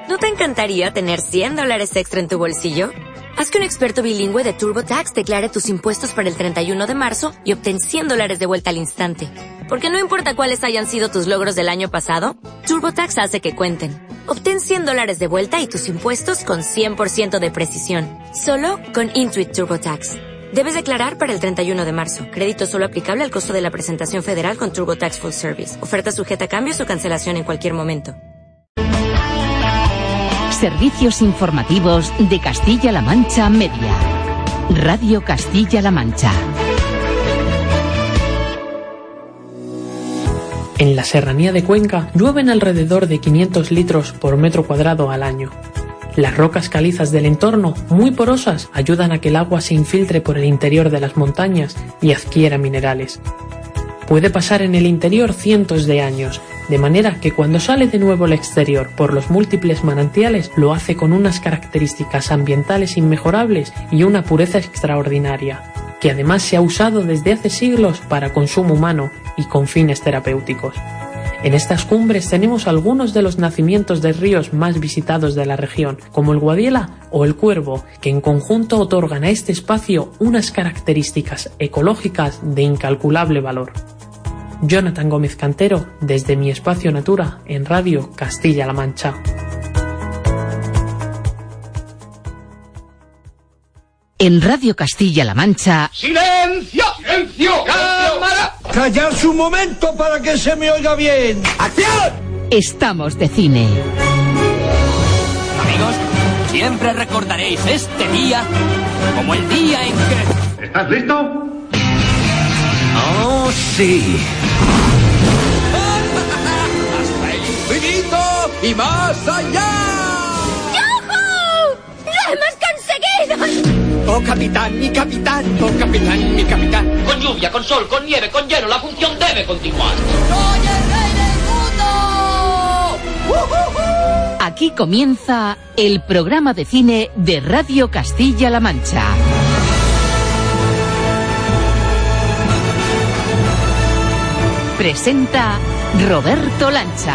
¿No te encantaría tener $100 extra en tu bolsillo? Haz que un experto bilingüe de TurboTax declare tus impuestos para el 31 de marzo y obtén $100 de vuelta al instante. Porque no importa cuáles hayan sido tus logros del año pasado, TurboTax hace que cuenten. Obtén $100 de vuelta y tus impuestos con 100% de precisión. Solo con Intuit TurboTax. Debes declarar para el 31 de marzo. Crédito solo aplicable al costo de la presentación federal con TurboTax Full Service. Oferta sujeta a cambios o cancelación en cualquier momento. Servicios informativos de Castilla-La Mancha Media. Radio Castilla-La Mancha. En la serranía de Cuenca llueven alrededor de 500 litros por metro cuadrado al año. Las rocas calizas del entorno, muy porosas, ayudan a que el agua se infiltre por el interior de las montañas y adquiera minerales. Puede pasar en el interior cientos de años, de manera que cuando sale de nuevo al exterior por los múltiples manantiales lo hace con unas características ambientales inmejorables y una pureza extraordinaria, que además se ha usado desde hace siglos para consumo humano y con fines terapéuticos. En estas cumbres tenemos algunos de los nacimientos de ríos más visitados de la región, como el Guadiela o el Cuervo, que en conjunto otorgan a este espacio unas características ecológicas de incalculable valor. Jonathan Gómez Cantero, desde Mi Espacio Natura, en Radio Castilla-La Mancha. En Radio Castilla-La Mancha... ¡Silencio! ¡Silencio! ¡Cámara! ¡Callarse un momento para que se me oiga bien! ¡Acción! Estamos de cine. Amigos, siempre recordaréis este día como el día en que... ¿Estás listo? ¡Oh, sí! ¡Hasta el infinito y más allá! ¡Yujú! ¡Lo hemos conseguido! ¡Oh, capitán, mi capitán! ¡Oh, capitán, mi capitán! Con lluvia, con sol, con nieve, con hielo, la función debe continuar. ¡Soy el rey del mundo! Aquí comienza el programa de cine de Radio Castilla-La Mancha. Presenta Roberto Lancha.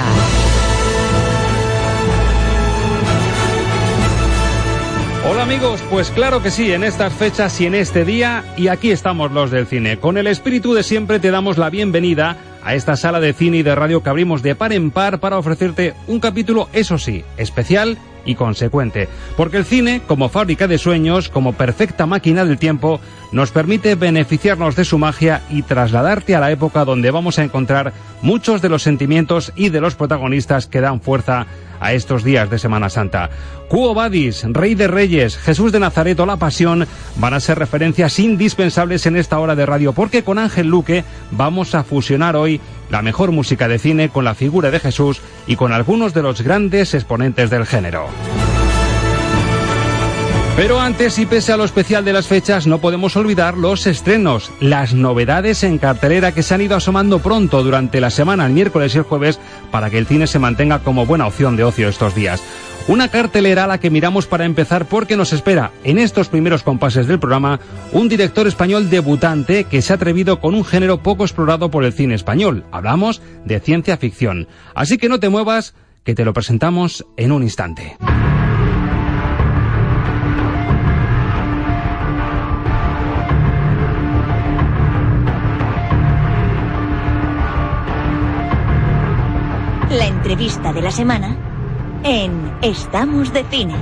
Hola amigos, pues claro que sí, en estas fechas y en este día, y aquí estamos los del cine. Con el espíritu de siempre te damos la bienvenida a esta sala de cine y de radio que abrimos de par en par para ofrecerte un capítulo, eso sí, especial y consecuente. Porque el cine, como fábrica de sueños, como perfecta máquina del tiempo, nos permite beneficiarnos de su magia y trasladarte a la época donde vamos a encontrar muchos de los sentimientos y de los protagonistas que dan fuerza a estos días de Semana Santa. Quo Vadis, Rey de Reyes, Jesús de Nazaret o La Pasión van a ser referencias indispensables en esta hora de radio, porque con Ángel Luque vamos a fusionar hoy la mejor música de cine con la figura de Jesús y con algunos de los grandes exponentes del género. Pero antes, y pese a lo especial de las fechas, no podemos olvidar los estrenos, las novedades en cartelera que se han ido asomando pronto durante la semana, el miércoles y el jueves, para que el cine se mantenga como buena opción de ocio estos días. Una cartelera a la que miramos para empezar porque nos espera, en estos primeros compases del programa, un director español debutante que se ha atrevido con un género poco explorado por el cine español. Hablamos de ciencia ficción. Así que no te muevas, que te lo presentamos en un instante. La entrevista de la semana en Estamos de Cine.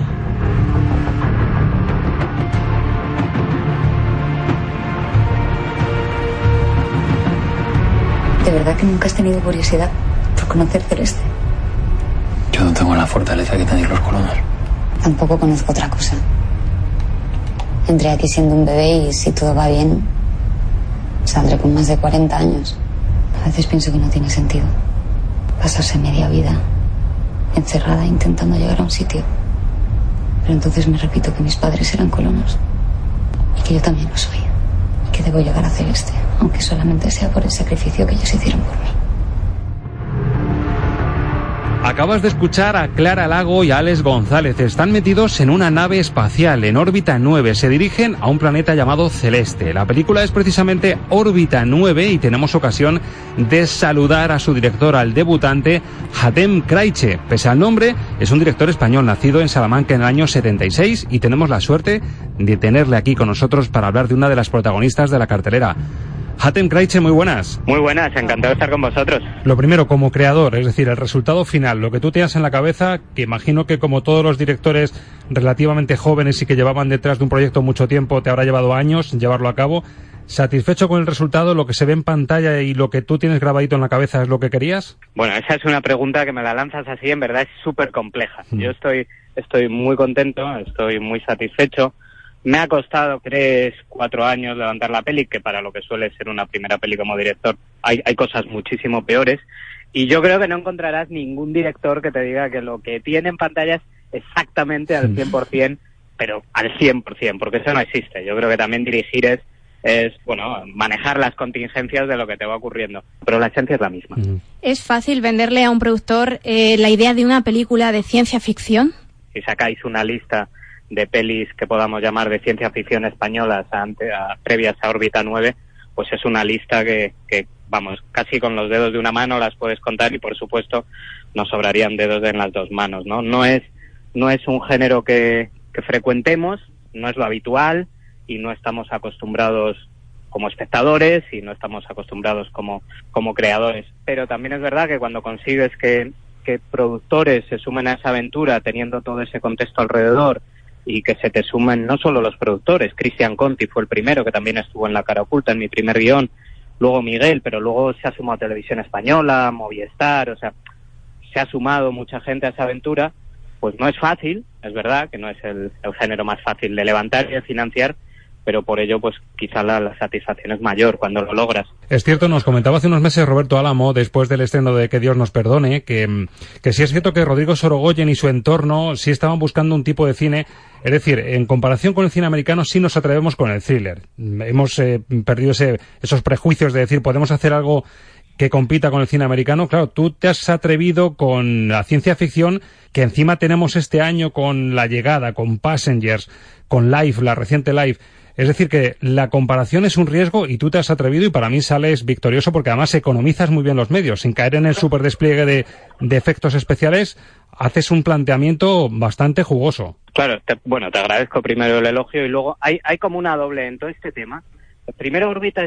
¿De verdad que nunca has tenido curiosidad por conocer Celeste? Yo no tengo la fortaleza que tenéis los colonos. Tampoco conozco otra cosa. Entré aquí siendo un bebé y si todo va bien, saldré con más de 40 años. A veces pienso que no tiene sentido pasarse media vida encerrada intentando llegar a un sitio. Pero entonces me repito que mis padres eran colonos y que yo también lo soy. Y que debo llegar a Celeste, aunque solamente sea por el sacrificio que ellos hicieron por mí. Acabas de escuchar a Clara Lago y a Alex González. Están metidos en una nave espacial en órbita 9. Se dirigen a un planeta llamado Celeste. La película es precisamente Órbita 9 y tenemos ocasión de saludar a su director, al debutante Hatem Kraiche. Pese al nombre, es un director español nacido en Salamanca en el año 76 y tenemos la suerte de tenerle aquí con nosotros para hablar de una de las protagonistas de la cartelera. Hatem Kraiche, muy buenas. Muy buenas, encantado de estar con vosotros. Lo primero, como creador, es decir, el resultado final, lo que tú tenías en la cabeza, que imagino que como todos los directores relativamente jóvenes y que llevaban detrás de un proyecto mucho tiempo, te habrá llevado años llevarlo a cabo. ¿Satisfecho con el resultado? ¿Lo que se ve en pantalla y lo que tú tienes grabadito en la cabeza es lo que querías? Bueno, esa es una pregunta que me la lanzas así, en verdad es súper compleja. Yo estoy muy contento, estoy muy satisfecho. Me ha costado 3-4 años levantar la peli, que para lo que suele ser una primera peli como director hay cosas muchísimo peores. Y yo creo que no encontrarás ningún director que te diga que lo que tiene en pantalla es exactamente al 100%, pero al 100%, porque eso no existe. Yo creo que también dirigir es manejar las contingencias de lo que te va ocurriendo, pero la esencia es la misma. ¿Es fácil venderle a un productor la idea de una película de ciencia ficción? Si sacáis una lista de pelis que podamos llamar de ciencia ficción españolas previas a Órbita 9, pues es una lista que vamos, casi con los dedos de una mano las puedes contar y por supuesto nos sobrarían dedos en las dos manos, ¿no? No es un género que frecuentemos, no es lo habitual y no estamos acostumbrados como espectadores y no estamos acostumbrados como creadores. Pero también es verdad que cuando consigues que productores se sumen a esa aventura teniendo todo ese contexto alrededor y que se te sumen no solo los productores, Cristian Conti fue el primero que también estuvo en La cara oculta, en mi primer guión, luego Miguel, pero luego se ha sumado Televisión Española, Movistar, o sea, se ha sumado mucha gente a esa aventura, pues no es fácil, es verdad que no es el género más fácil de levantar y de financiar, pero por ello pues quizá la satisfacción es mayor cuando lo logras. Es cierto, nos comentaba hace unos meses Roberto Álamo, después del estreno de Que Dios nos perdone, que sí es cierto que Rodrigo Sorogoyen y su entorno sí estaban buscando un tipo de cine, es decir, en comparación con el cine americano sí nos atrevemos con el thriller. Hemos perdido esos prejuicios de decir podemos hacer algo que compita con el cine americano. Claro, tú te has atrevido con la ciencia ficción, que encima tenemos este año con La llegada, con Passengers, con Life, la reciente Life. Es decir, que la comparación es un riesgo y tú te has atrevido y para mí sales victorioso porque además economizas muy bien los medios. Sin caer en el superdespliegue de efectos especiales, haces un planteamiento bastante jugoso. Claro, te agradezco primero el elogio y luego hay como una doble en todo este tema. Primero, Órbita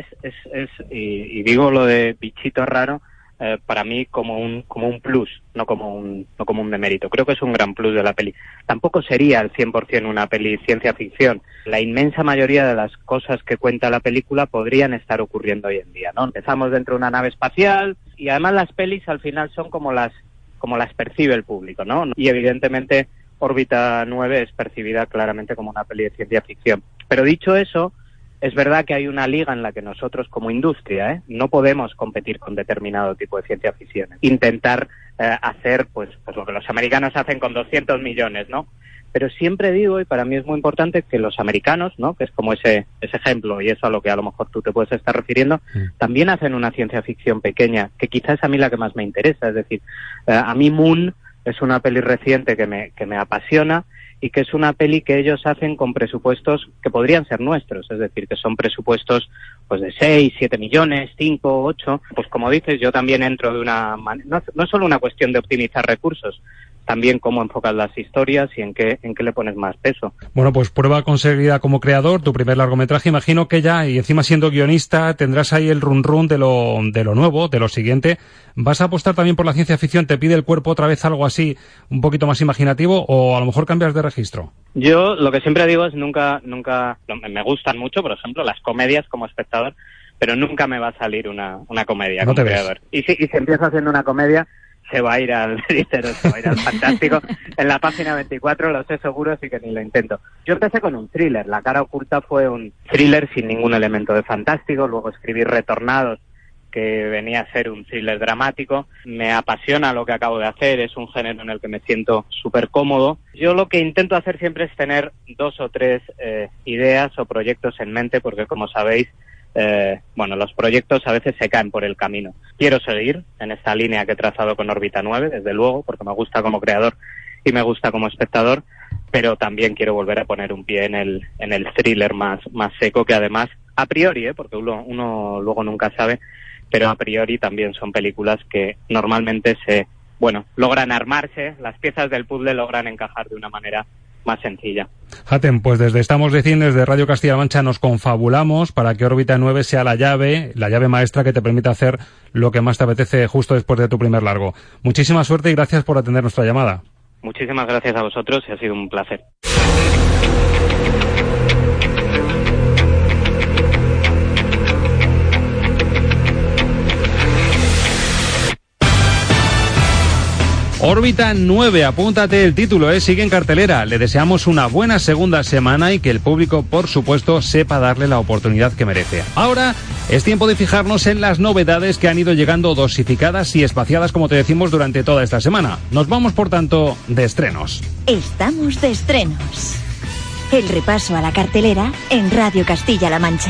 y digo lo de bichito raro, para mí como un plus, no como un demérito. Creo que es un gran plus de la peli. Tampoco sería al 100% una peli ciencia ficción. La inmensa mayoría de las cosas que cuenta la película podrían estar ocurriendo hoy en día, ¿no? Empezamos dentro de una nave espacial y además las pelis al final son como las percibe el público, ¿no? Y evidentemente Órbita 9 es percibida claramente como una peli de ciencia ficción. Pero dicho eso, es verdad que hay una liga en la que nosotros como industria no podemos competir con determinado tipo de ciencia ficción. Intentar hacer pues lo que los americanos hacen con 200 millones, ¿no? Pero siempre digo, y para mí es muy importante, que los americanos, ¿no? Que es como ese ejemplo, y eso a lo que a lo mejor tú te puedes estar refiriendo, también hacen una ciencia ficción pequeña, que quizás es a mí la que más me interesa. Es decir, a mí Moon es una peli reciente que me apasiona, y que es una peli que ellos hacen con presupuestos que podrían ser nuestros, es decir, que son presupuestos pues de 6, 7 millones, 5, 8, pues como dices, yo también entro de no es solo una cuestión de optimizar recursos, también cómo enfocas las historias y en qué le pones más peso. Bueno, pues prueba conseguida como creador, tu primer largometraje, imagino que ya, y encima siendo guionista, tendrás ahí el run de lo nuevo, de lo siguiente. ¿Vas a apostar también por la ciencia ficción? ¿Te pide el cuerpo otra vez algo así, un poquito más imaginativo, o a lo mejor cambias de registro? Yo lo que siempre digo es nunca, me gustan mucho, por ejemplo, las comedias como espectador, pero nunca me va a salir una comedia como creador. Y si empiezo haciendo una comedia, se va a ir al fantástico. En la página 24 lo sé seguro, así que ni lo intento. Yo empecé con un thriller. La cara oculta fue un thriller sin ningún elemento de fantástico. Luego escribí Retornados, que venía a ser un thriller dramático. Me apasiona lo que acabo de hacer, es un género en el que me siento súper cómodo. Yo lo que intento hacer siempre es tener 2 o 3 ideas o proyectos en mente, porque como sabéis, los proyectos a veces se caen por el camino. Quiero seguir en esta línea que he trazado con Órbita 9, desde luego, porque me gusta como creador y me gusta como espectador, pero también quiero volver a poner un pie en el thriller más seco, que además, a priori, porque uno luego nunca sabe, pero a priori también son películas que normalmente logran armarse, las piezas del puzzle logran encajar de una manera más sencilla. Hatem, pues desde Estamos de Cine, desde Radio Castilla-La Mancha, nos confabulamos para que Órbita 9 sea la llave maestra que te permita hacer lo que más te apetece justo después de tu primer largo. Muchísima suerte y gracias por atender nuestra llamada. Muchísimas gracias a vosotros y ha sido un placer. Órbita 9, apúntate el título, sigue en cartelera. Le deseamos una buena segunda semana y que el público, por supuesto, sepa darle la oportunidad que merece. Ahora es tiempo de fijarnos en las novedades que han ido llegando dosificadas y espaciadas, como te decimos, durante toda esta semana. Nos vamos, por tanto, de estrenos. Estamos de estrenos. El repaso a la cartelera en Radio Castilla-La Mancha.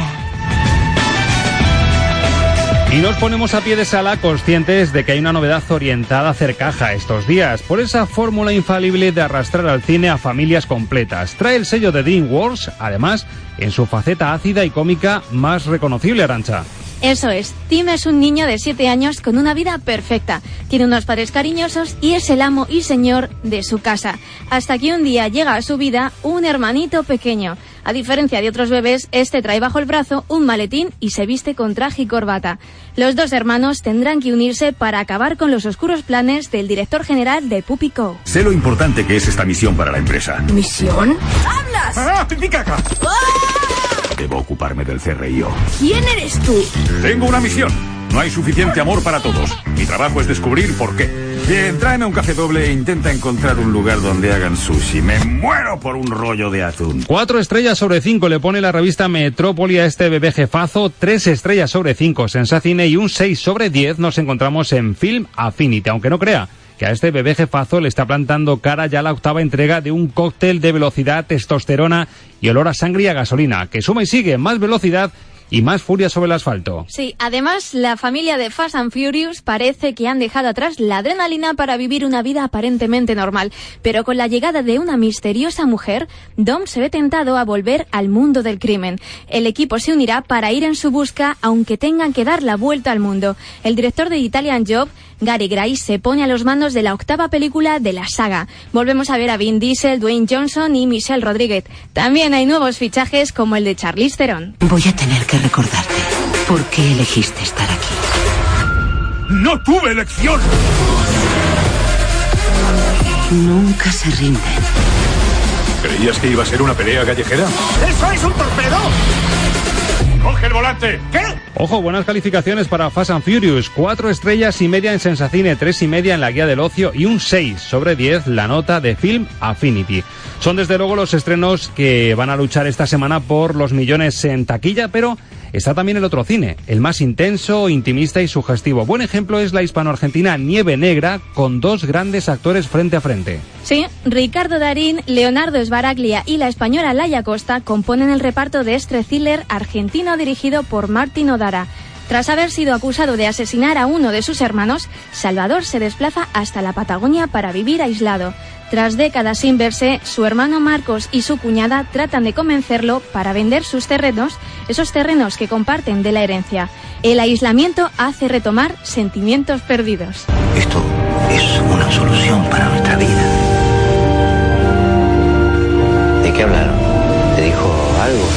Y nos ponemos a pie de sala conscientes de que hay una novedad orientada a hacer caja estos días, por esa fórmula infalible de arrastrar al cine a familias completas. Trae el sello de DreamWorks, además, en su faceta ácida y cómica más reconocible, Arantxa. Eso es, Tim es un niño de 7 años con una vida perfecta. Tiene unos padres cariñosos y es el amo y señor de su casa. Hasta que un día llega a su vida un hermanito pequeño. A diferencia de otros bebés, este trae bajo el brazo un maletín y se viste con traje y corbata. Los dos hermanos tendrán que unirse para acabar con los oscuros planes del director general de Puppy Co. Sé lo importante que es esta misión para la empresa. ¿Misión? ¡Hablas! ¡Ah, pipí caca! Debo ocuparme del CRIO. ¿Quién eres tú? Tengo una misión. No hay suficiente amor para todos. Mi trabajo es descubrir por qué. Bien, tráeme un café doble e intenta encontrar un lugar donde hagan sushi. Me muero por un rollo de atún. 4 estrellas sobre 5 le pone la revista Metrópoli a este bebé jefazo, 3 estrellas sobre 5 Sensacine y un 6 sobre 10 nos encontramos en Film Affinity, aunque no crea que a este bebé jefazo le está plantando cara ya la 8ª entrega de un cóctel de velocidad, testosterona y olor a sangre y a gasolina, que suma y sigue más velocidad y más furia sobre el asfalto. Sí, además la familia de Fast and Furious parece que han dejado atrás la adrenalina para vivir una vida aparentemente normal, pero con la llegada de una misteriosa mujer, Dom se ve tentado a volver al mundo del crimen. El equipo se unirá para ir en su busca, aunque tengan que dar la vuelta al mundo. El director de Italian Job, Gary Gray, se pone a los mandos de la 8ª película de la saga. Volvemos a ver a Vin Diesel, Dwayne Johnson y Michelle Rodríguez. También hay nuevos fichajes como el de Charlize Theron. Voy a tener que recordarte por qué elegiste estar aquí. ¡No tuve elección! Nunca se rinden. ¿Creías que iba a ser una pelea callejera? ¡Eso es un torpedo! ¡Coge el volante! ¿Qué? Ojo, buenas calificaciones para Fast and Furious, 4 estrellas y media en Sensacine, 3 y media en la Guía del Ocio y un 6 sobre 10 la nota de Film Affinity. Son desde luego los estrenos que van a luchar esta semana por los millones en taquilla, pero está también el otro cine, el más intenso, intimista y sugestivo. Buen ejemplo es la hispano-argentina Nieve Negra, con 2 grandes actores frente a frente. Sí, Ricardo Darín, Leonardo Sbaraglia y la española Laia Costa componen el reparto de este thriller argentino dirigido por Martín Odara. Tras haber sido acusado de asesinar a uno de sus hermanos, Salvador se desplaza hasta la Patagonia para vivir aislado. Tras décadas sin verse, su hermano Marcos y su cuñada tratan de convencerlo para vender sus terrenos, esos terrenos que comparten de la herencia. El aislamiento hace retomar sentimientos perdidos. Esto es una solución para nuestra vida. ¿De qué hablaron? ¿Te dijo algo?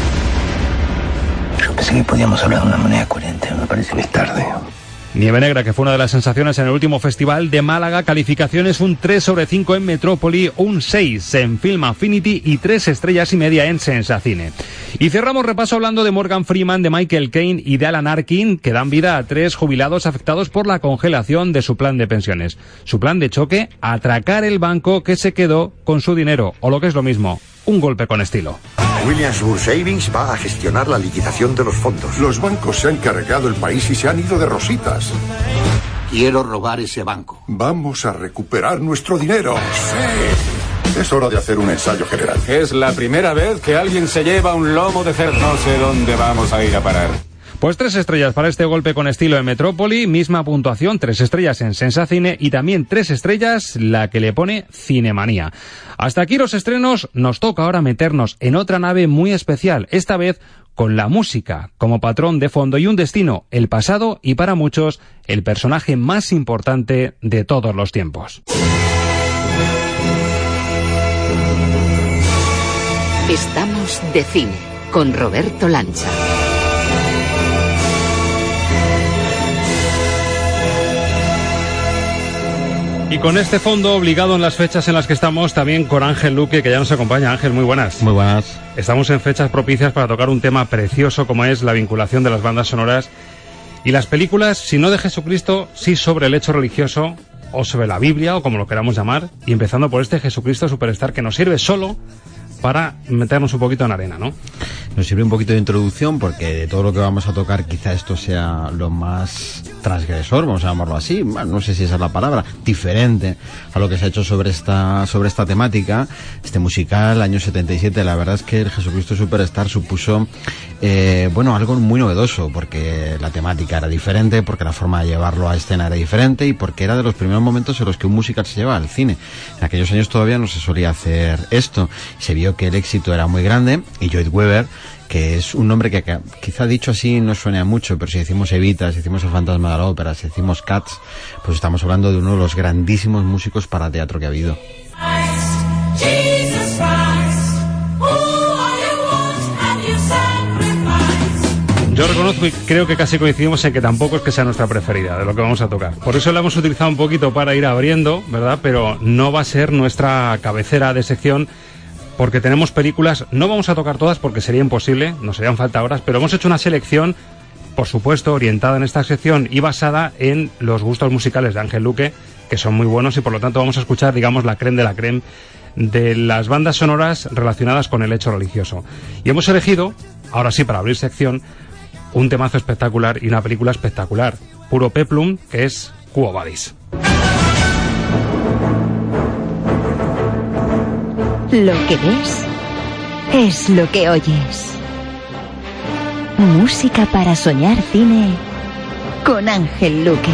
Yo pensé que podíamos hablar de una manera coherente. Me parece que es tarde. Nieve Negra, que fue una de las sensaciones en el último festival de Málaga, calificaciones un 3 sobre 5 en Metrópoli, un 6 en Film Affinity y 3 estrellas y media en Sensacine. Y cerramos repaso hablando de Morgan Freeman, de Michael Caine y de Alan Arkin, que dan vida a 3 jubilados afectados por la congelación de su plan de pensiones. Su plan de choque, atracar el banco que se quedó con su dinero, o lo que es lo mismo, un golpe con estilo. Williamsburg Savings va a gestionar la liquidación de los fondos. Los bancos se han cargado el país y se han ido de rositas. Quiero robar ese banco. Vamos a recuperar nuestro dinero. Sí. Es hora de hacer un ensayo general. Es la primera vez que alguien se lleva un lomo de cerdo. No sé dónde vamos a ir a parar. Pues 3 estrellas para este golpe con estilo de Metrópoli, misma puntuación, 3 estrellas en Sensacine y también 3 estrellas la que le pone Cinemanía. Hasta aquí los estrenos, nos toca ahora meternos en otra nave muy especial, esta vez con la música como patrón de fondo y un destino, el pasado y para muchos el personaje más importante de todos los tiempos. Estamos de cine con Roberto Lancha. Y con este fondo obligado en las fechas en las que estamos, también con Ángel Luque, que ya nos acompaña. Ángel, muy buenas. Muy buenas. Estamos en fechas propicias para tocar un tema precioso como es la vinculación de las bandas sonoras y las películas, si no de Jesucristo, sí sobre el hecho religioso o sobre la Biblia o como lo queramos llamar, y empezando por este Jesucristo Superstar que nos sirve solo para meternos un poquito en arena, ¿no? Nos sirve un poquito de introducción porque de todo lo que vamos a tocar quizá esto sea lo más transgresor, vamos a llamarlo así, bueno, no sé si esa es la palabra, diferente a lo que se ha hecho sobre esta temática. Este musical, año 77, la verdad es que el Jesucristo Superstar supuso algo muy novedoso, porque la temática era diferente, porque la forma de llevarlo a escena era diferente y porque era de los primeros momentos en los que un musical se lleva al cine. En aquellos años todavía no se solía hacer esto. Se vio que el éxito era muy grande y Lloyd Webber, que es un nombre que quizá dicho así no suena mucho, pero si decimos Evita, si decimos El Fantasma de la Ópera, si decimos Cats, pues estamos hablando de uno de los grandísimos músicos para teatro que ha habido. Yo reconozco y creo que casi coincidimos en que tampoco es que sea nuestra preferida de lo que vamos a tocar. Por eso la hemos utilizado un poquito para ir abriendo, ¿verdad? Pero no va a ser nuestra cabecera de sección, porque tenemos películas, no vamos a tocar todas porque sería imposible, nos harían falta horas, pero hemos hecho una selección, por supuesto, orientada en esta sección y basada en los gustos musicales de Ángel Luque, que son muy buenos y por lo tanto vamos a escuchar, digamos, la crème de la crème de las bandas sonoras relacionadas con el hecho religioso. Y hemos elegido, ahora sí, para abrir sección, un temazo espectacular y una película espectacular, puro peplum, que es Quo Vadis. Lo que ves es lo que oyes. Música para soñar cine con Ángel Luque.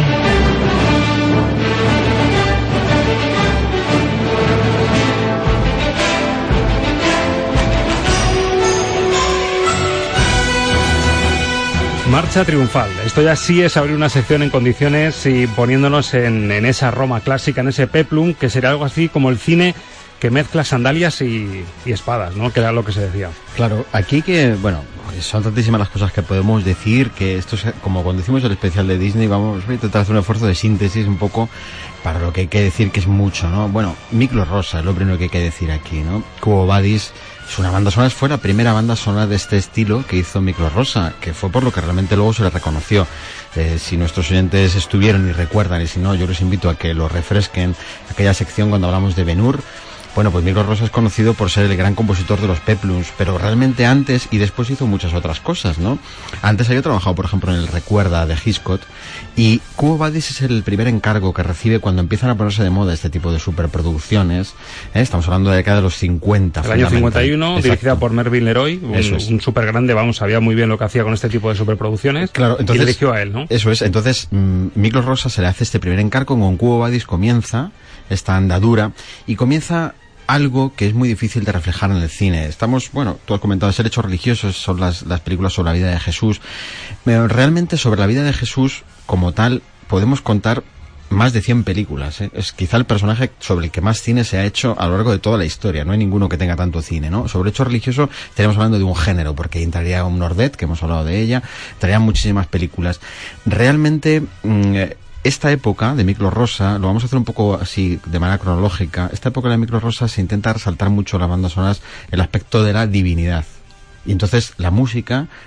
Marcha triunfal. Esto ya sí es abrir una sección en condiciones y poniéndonos en esa Roma clásica, en ese peplum, que sería algo así como el cine que mezcla sandalias y espadas, ¿no? Que era lo que se decía. Claro, aquí son tantísimas las cosas que podemos decir, que esto es como cuando decimos el especial de Disney, vamos a intentar hacer un esfuerzo de síntesis un poco para lo que hay que decir, que es mucho, ¿no? Bueno, Miklos Rozsa es lo primero que hay que decir aquí, ¿no? Quo Vadis es una banda sonora, fue la primera banda sonora de este estilo que hizo Miklos Rozsa, que fue por lo que realmente luego se le reconoció. Si nuestros oyentes estuvieron y recuerdan, y si no, yo les invito a que lo refresquen, aquella sección cuando hablamos de Ben-Hur. Bueno, pues Miklos Rozsa es conocido por ser el gran compositor de los peplums, pero realmente antes y después hizo muchas otras cosas, ¿no? Antes había trabajado, por ejemplo, en el Recuerda de Hitchcock, y Quo Vadis es el primer encargo que recibe cuando empiezan a ponerse de moda este tipo de superproducciones. Estamos hablando de la década de los 50. El año 51, exacto. Dirigida por Mervyn Leroy, un súper grande, sabía muy bien lo que hacía con este tipo de superproducciones. Claro, entonces, y le dirigió a él, ¿no? Eso es, entonces Miklos Rozsa se le hace este primer encargo, con Quo Vadis comienza esta andadura y comienza algo que es muy difícil de reflejar en el cine. Tú has comentado, es el hecho religioso, son las películas sobre la vida de Jesús. Pero realmente sobre la vida de Jesús, como tal, podemos contar más de 100 películas, ¿eh? Es quizá el personaje sobre el que más cine se ha hecho a lo largo de toda la historia. No hay ninguno que tenga tanto cine, ¿no? Sobre hecho religioso estaríamos hablando de un género, porque entraría un Nordet, que hemos hablado de ella, entrarían muchísimas películas. Realmente, esta época de Miklos Rozsa, lo vamos a hacer un poco así de manera cronológica, esta época de Miklos Rozsa se intenta resaltar mucho las bandas sonoras el aspecto de la divinidad. Y entonces la música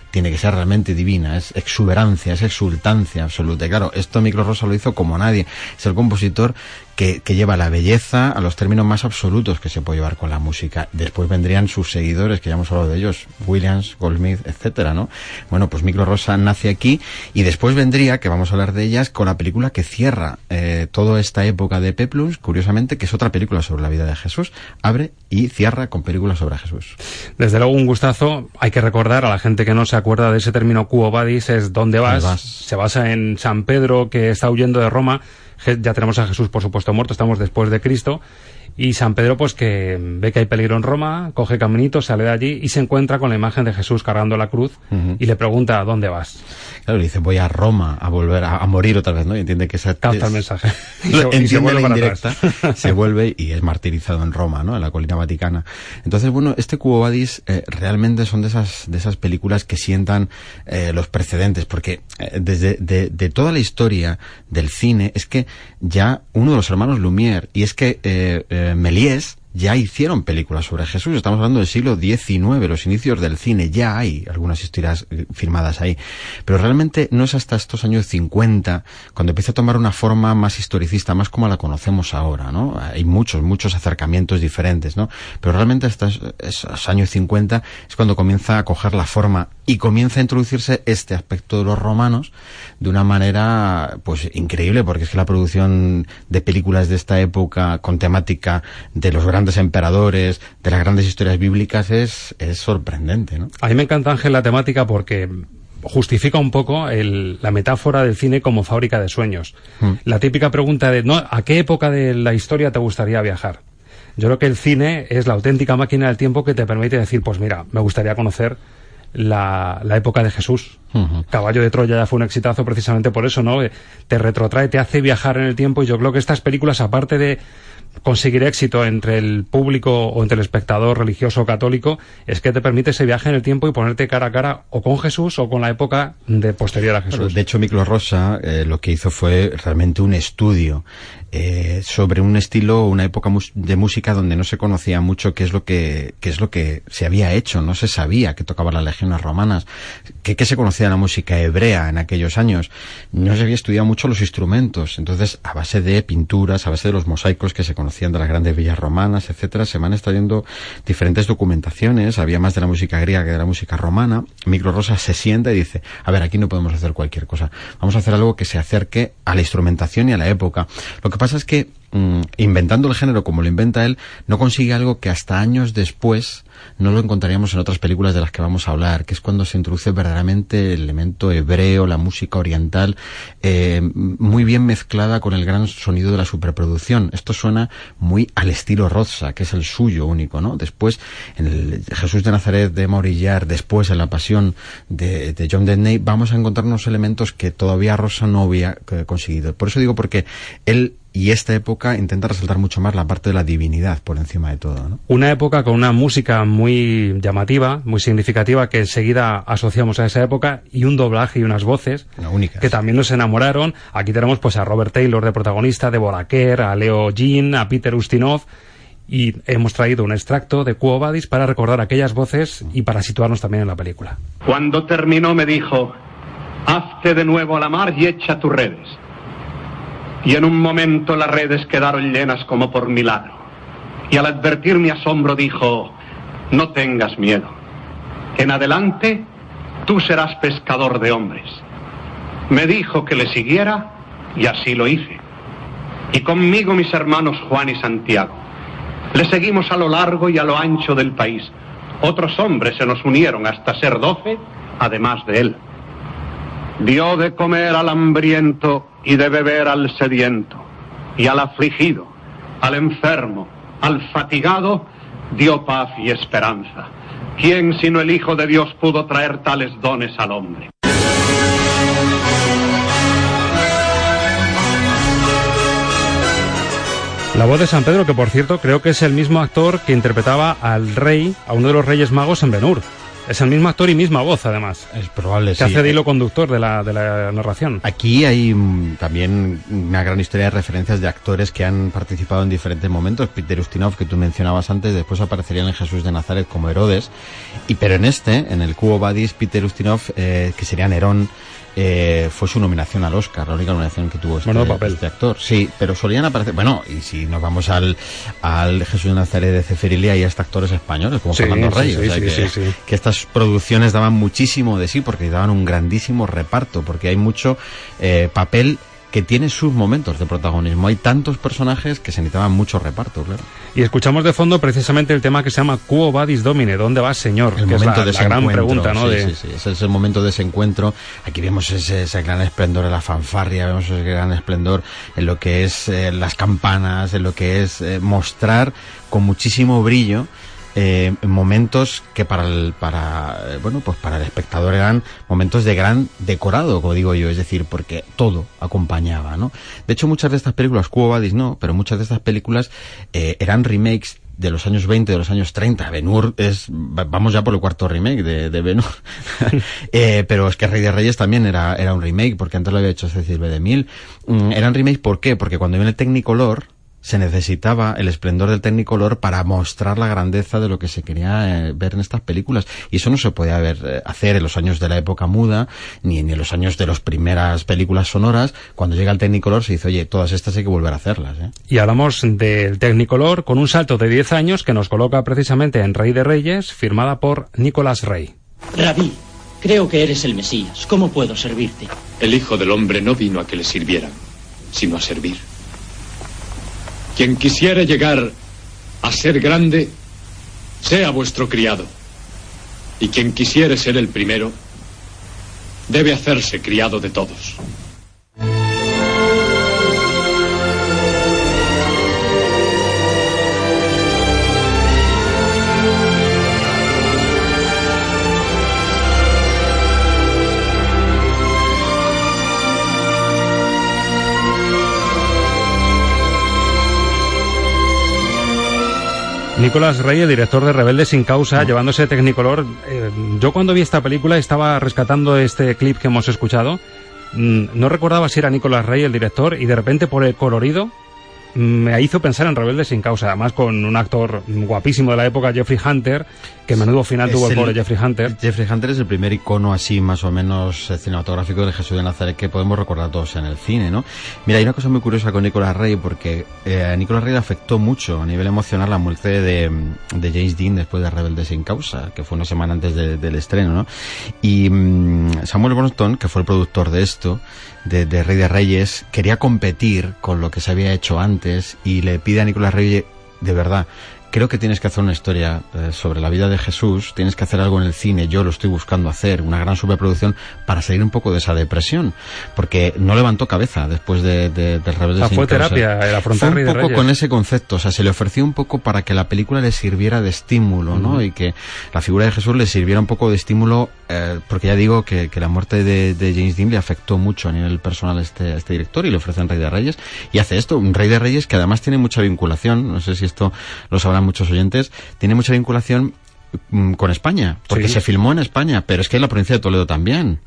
tiene que ser realmente divina, es exuberancia, es exultancia absoluta. Y claro, esto Miklos Rozsa lo hizo como nadie. Es el compositor que lleva la belleza a los términos más absolutos que se puede llevar con la música. Después vendrían sus seguidores, que ya hemos hablado de ellos, Williams, Goldsmith, etcétera, ¿no? Bueno, pues Miklos Rozsa nace aquí, y después vendría, que vamos a hablar de ellas, con la película que cierra toda esta época de Peplums, curiosamente, que es otra película sobre la vida de Jesús. Abre y cierra con películas sobre Jesús. Desde luego un gustazo. Hay que recordar a la gente que no se acuerda de ese término Quo Vadis, es ¿dónde vas? Se basa en San Pedro, que está huyendo de Roma. Ya tenemos a Jesús, por supuesto, muerto, estamos después de Cristo, y San Pedro, pues que ve que hay peligro en Roma, coge caminito, sale de allí y se encuentra con la imagen de Jesús cargando la cruz, y le pregunta, ¿dónde vas? Claro, le dice, voy a Roma a volver a morir otra vez, ¿no? Y entiende que esa capta el mensaje. Entiende la indirecta, se vuelve y es martirizado en Roma, ¿no? En la colina vaticana. Entonces, bueno, este Quo Vadis realmente son de esas películas que sientan los precedentes, porque de toda la historia del cine es que ya uno de los hermanos Lumière, y es que Méliès, ya hicieron películas sobre Jesús. Estamos hablando del siglo XIX, los inicios del cine. Ya hay algunas historias filmadas ahí. Pero realmente no es hasta estos años 50 cuando empieza a tomar una forma más historicista, más como la conocemos ahora, ¿no? Hay muchos acercamientos diferentes, ¿no? Pero realmente hasta esos años 50 es cuando comienza a coger la forma y comienza a introducirse este aspecto de los romanos de una manera, pues, increíble, porque es que la producción de películas de esta época con temática de los grandes emperadores, de las grandes historias bíblicas es sorprendente, ¿no? A mí me encanta, Ángel, la temática porque justifica un poco la metáfora del cine como fábrica de sueños. La típica pregunta de, ¿no?, ¿a qué época de la historia te gustaría viajar? Yo creo que el cine es la auténtica máquina del tiempo que te permite decir, pues mira, me gustaría conocer la época de Jesús. Caballo de Troya ya fue un exitazo precisamente por eso, ¿no? Te retrotrae, te hace viajar en el tiempo, y yo creo que estas películas, aparte de conseguir éxito entre el público o entre el espectador religioso o católico, es que te permite ese viaje en el tiempo y ponerte cara a cara o con Jesús o con la época de posterior a Jesús. Claro, de hecho, Miklos Rozsa lo que hizo fue realmente un estudio sobre un estilo, una época de música donde no se conocía mucho qué es lo que se había hecho, no se sabía que tocaban las legiones romanas, qué se conocía de la música hebrea en aquellos años, no se había estudiado mucho los instrumentos. Entonces, a base de pinturas, a base de los mosaicos que se conocían de las grandes villas romanas, etcétera, se van extrayendo diferentes documentaciones. Había más de la música griega que de la música romana. Miklos Rozsa se sienta y dice, a ver, aquí no podemos hacer cualquier cosa, vamos a hacer algo que se acerque a la instrumentación y a la época. Lo que pasa es que inventando el género como lo inventa él, no consigue algo que hasta años después no lo encontraríamos en otras películas de las que vamos a hablar, que es cuando se introduce verdaderamente el elemento hebreo, la música oriental, muy bien mezclada con el gran sonido de la superproducción. Esto suena muy al estilo Rozsa, que es el suyo único, ¿no? Después, en el Jesús de Nazaret de Maurillar, después en La Pasión de John Debney, vamos a encontrar unos elementos que todavía Rozsa no había conseguido. Por eso digo, porque él y esta época intenta resaltar mucho más la parte de la divinidad por encima de todo, ¿no? Una época con una música muy llamativa, muy significativa, que enseguida asociamos a esa época, y un doblaje y unas voces que también nos enamoraron. Aquí tenemos pues a Robert Taylor de protagonista, Deborah Kerr, a Leo Jean, a Peter Ustinov, y hemos traído un extracto de Quo Vadis para recordar aquellas voces y para situarnos también en la película. Cuando terminó me dijo, hazte de nuevo a la mar y echa tus redes. Y en un momento las redes quedaron llenas como por milagro. Y al advertir mi asombro dijo, no tengas miedo. En adelante tú serás pescador de hombres. Me dijo que le siguiera y así lo hice. Y conmigo mis hermanos Juan y Santiago. Le seguimos a lo largo y a lo ancho del país. Otros hombres se nos unieron hasta ser 12, además de él. Dio de comer al hambriento y de beber al sediento, y al afligido, al enfermo, al fatigado, dio paz y esperanza. ¿Quién sino el Hijo de Dios pudo traer tales dones al hombre? La voz de San Pedro, que por cierto creo que es el mismo actor que interpretaba al rey, a uno de los reyes magos en Ben-Hur. Es el mismo actor y misma voz, además. Es probable, que hace de hilo conductor de la narración. Aquí hay también una gran historia de referencias de actores que han participado en diferentes momentos. Peter Ustinov, que tú mencionabas antes, después aparecería en Jesús de Nazaret como Herodes. Pero en el Quo Vadis, Peter Ustinov, que sería Nerón, fue su nominación al Oscar, la única nominación que tuvo este actor. Sí, pero solían aparecer, bueno, y si nos vamos al Jesús de Nazaret de Ceferilia, hay hasta actores españoles como Fernando Rey, que estas producciones daban muchísimo de sí porque daban un grandísimo reparto, porque hay mucho papel que tiene sus momentos de protagonismo. Hay tantos personajes que se necesitaban mucho reparto, claro. Y escuchamos de fondo precisamente el tema que se llama Quo Vadis Domine, ¿dónde vas, Señor? El que momento es de la gran pregunta, ¿no? Sí, ese es el momento de ese encuentro. Aquí vemos ese gran esplendor en la fanfarria, vemos ese gran esplendor en lo que es las campanas, en lo que es mostrar con muchísimo brillo momentos que para el espectador eran momentos de gran decorado, como digo yo, es decir, porque todo acompañaba, ¿no? De hecho, muchas de estas películas, Quo Vadis no, pero muchas de estas películas eran remakes de los años 20, de los años 30. Ben-Hur vamos ya por el cuarto remake de Ben-Hur. Pero es que Rey de Reyes también era un remake, porque antes lo había hecho Cecil B. DeMille. Eran remakes, ¿por qué? Porque cuando viene el Technicolor, se necesitaba el esplendor del Technicolor para mostrar la grandeza de lo que se quería ver en estas películas, y eso no se podía hacer en los años de la época muda ni en los años de las primeras películas sonoras. Cuando llega el Technicolor se dice, oye, todas estas hay que volver a hacerlas, ¿eh? Y hablamos del Technicolor con un salto de 10 años que nos coloca precisamente en Rey de Reyes, firmada por Nicolas Rey. Rabí, creo que eres el Mesías. ¿Cómo puedo servirte? El Hijo del Hombre no vino a que le sirvieran, sino a servir. Quien quisiera llegar a ser grande, sea vuestro criado. Y quien quisiere ser el primero, debe hacerse criado de todos. Nicolas Rey, el director de Rebeldes sin Causa, llevándose Technicolor. Yo cuando vi esta película estaba rescatando este clip que hemos escuchado. No recordaba si era Nicolas Rey el director, y de repente por el colorido me hizo pensar en Rebeldes sin Causa, además con un actor guapísimo de la época, Jeffrey Hunter, que menudo final tuvo el pobre Jeffrey Hunter. Jeffrey Hunter es el primer icono así más o menos cinematográfico de Jesús de Nazaret que podemos recordar todos en el cine, ¿no? Mira, hay una cosa muy curiosa con Nicolas Rey, porque a Nicolas Rey le afectó mucho a nivel emocional la muerte de James Dean después de Rebeldes sin Causa, que fue una semana antes del estreno, ¿no? Y Samuel Bronston, que fue el productor de esto, de Rey de Reyes, quería competir con lo que se había hecho antes y le pide a Nicolas Rey, de verdad, creo que tienes que hacer una historia sobre la vida de Jesús, tienes que hacer algo en el cine, yo lo estoy buscando hacer, una gran superproducción para salir un poco de esa depresión, porque no levantó cabeza después de Rebeldes sin Causa. Fue terapia, el afrontar Rey de Reyes. Fue un poco con ese concepto, o sea, se le ofreció un poco para que la película le sirviera de estímulo, ¿no? Y que la figura de Jesús le sirviera un poco de estímulo, porque ya digo que la muerte de James Dean le afectó mucho a nivel personal a este director, y le ofrecen Rey de Reyes, y hace esto, un Rey de Reyes que además tiene mucha vinculación, no sé si esto lo sabrán muchos oyentes, tiene mucha vinculación con España, porque se filmó en España, pero es que en la provincia de Toledo también.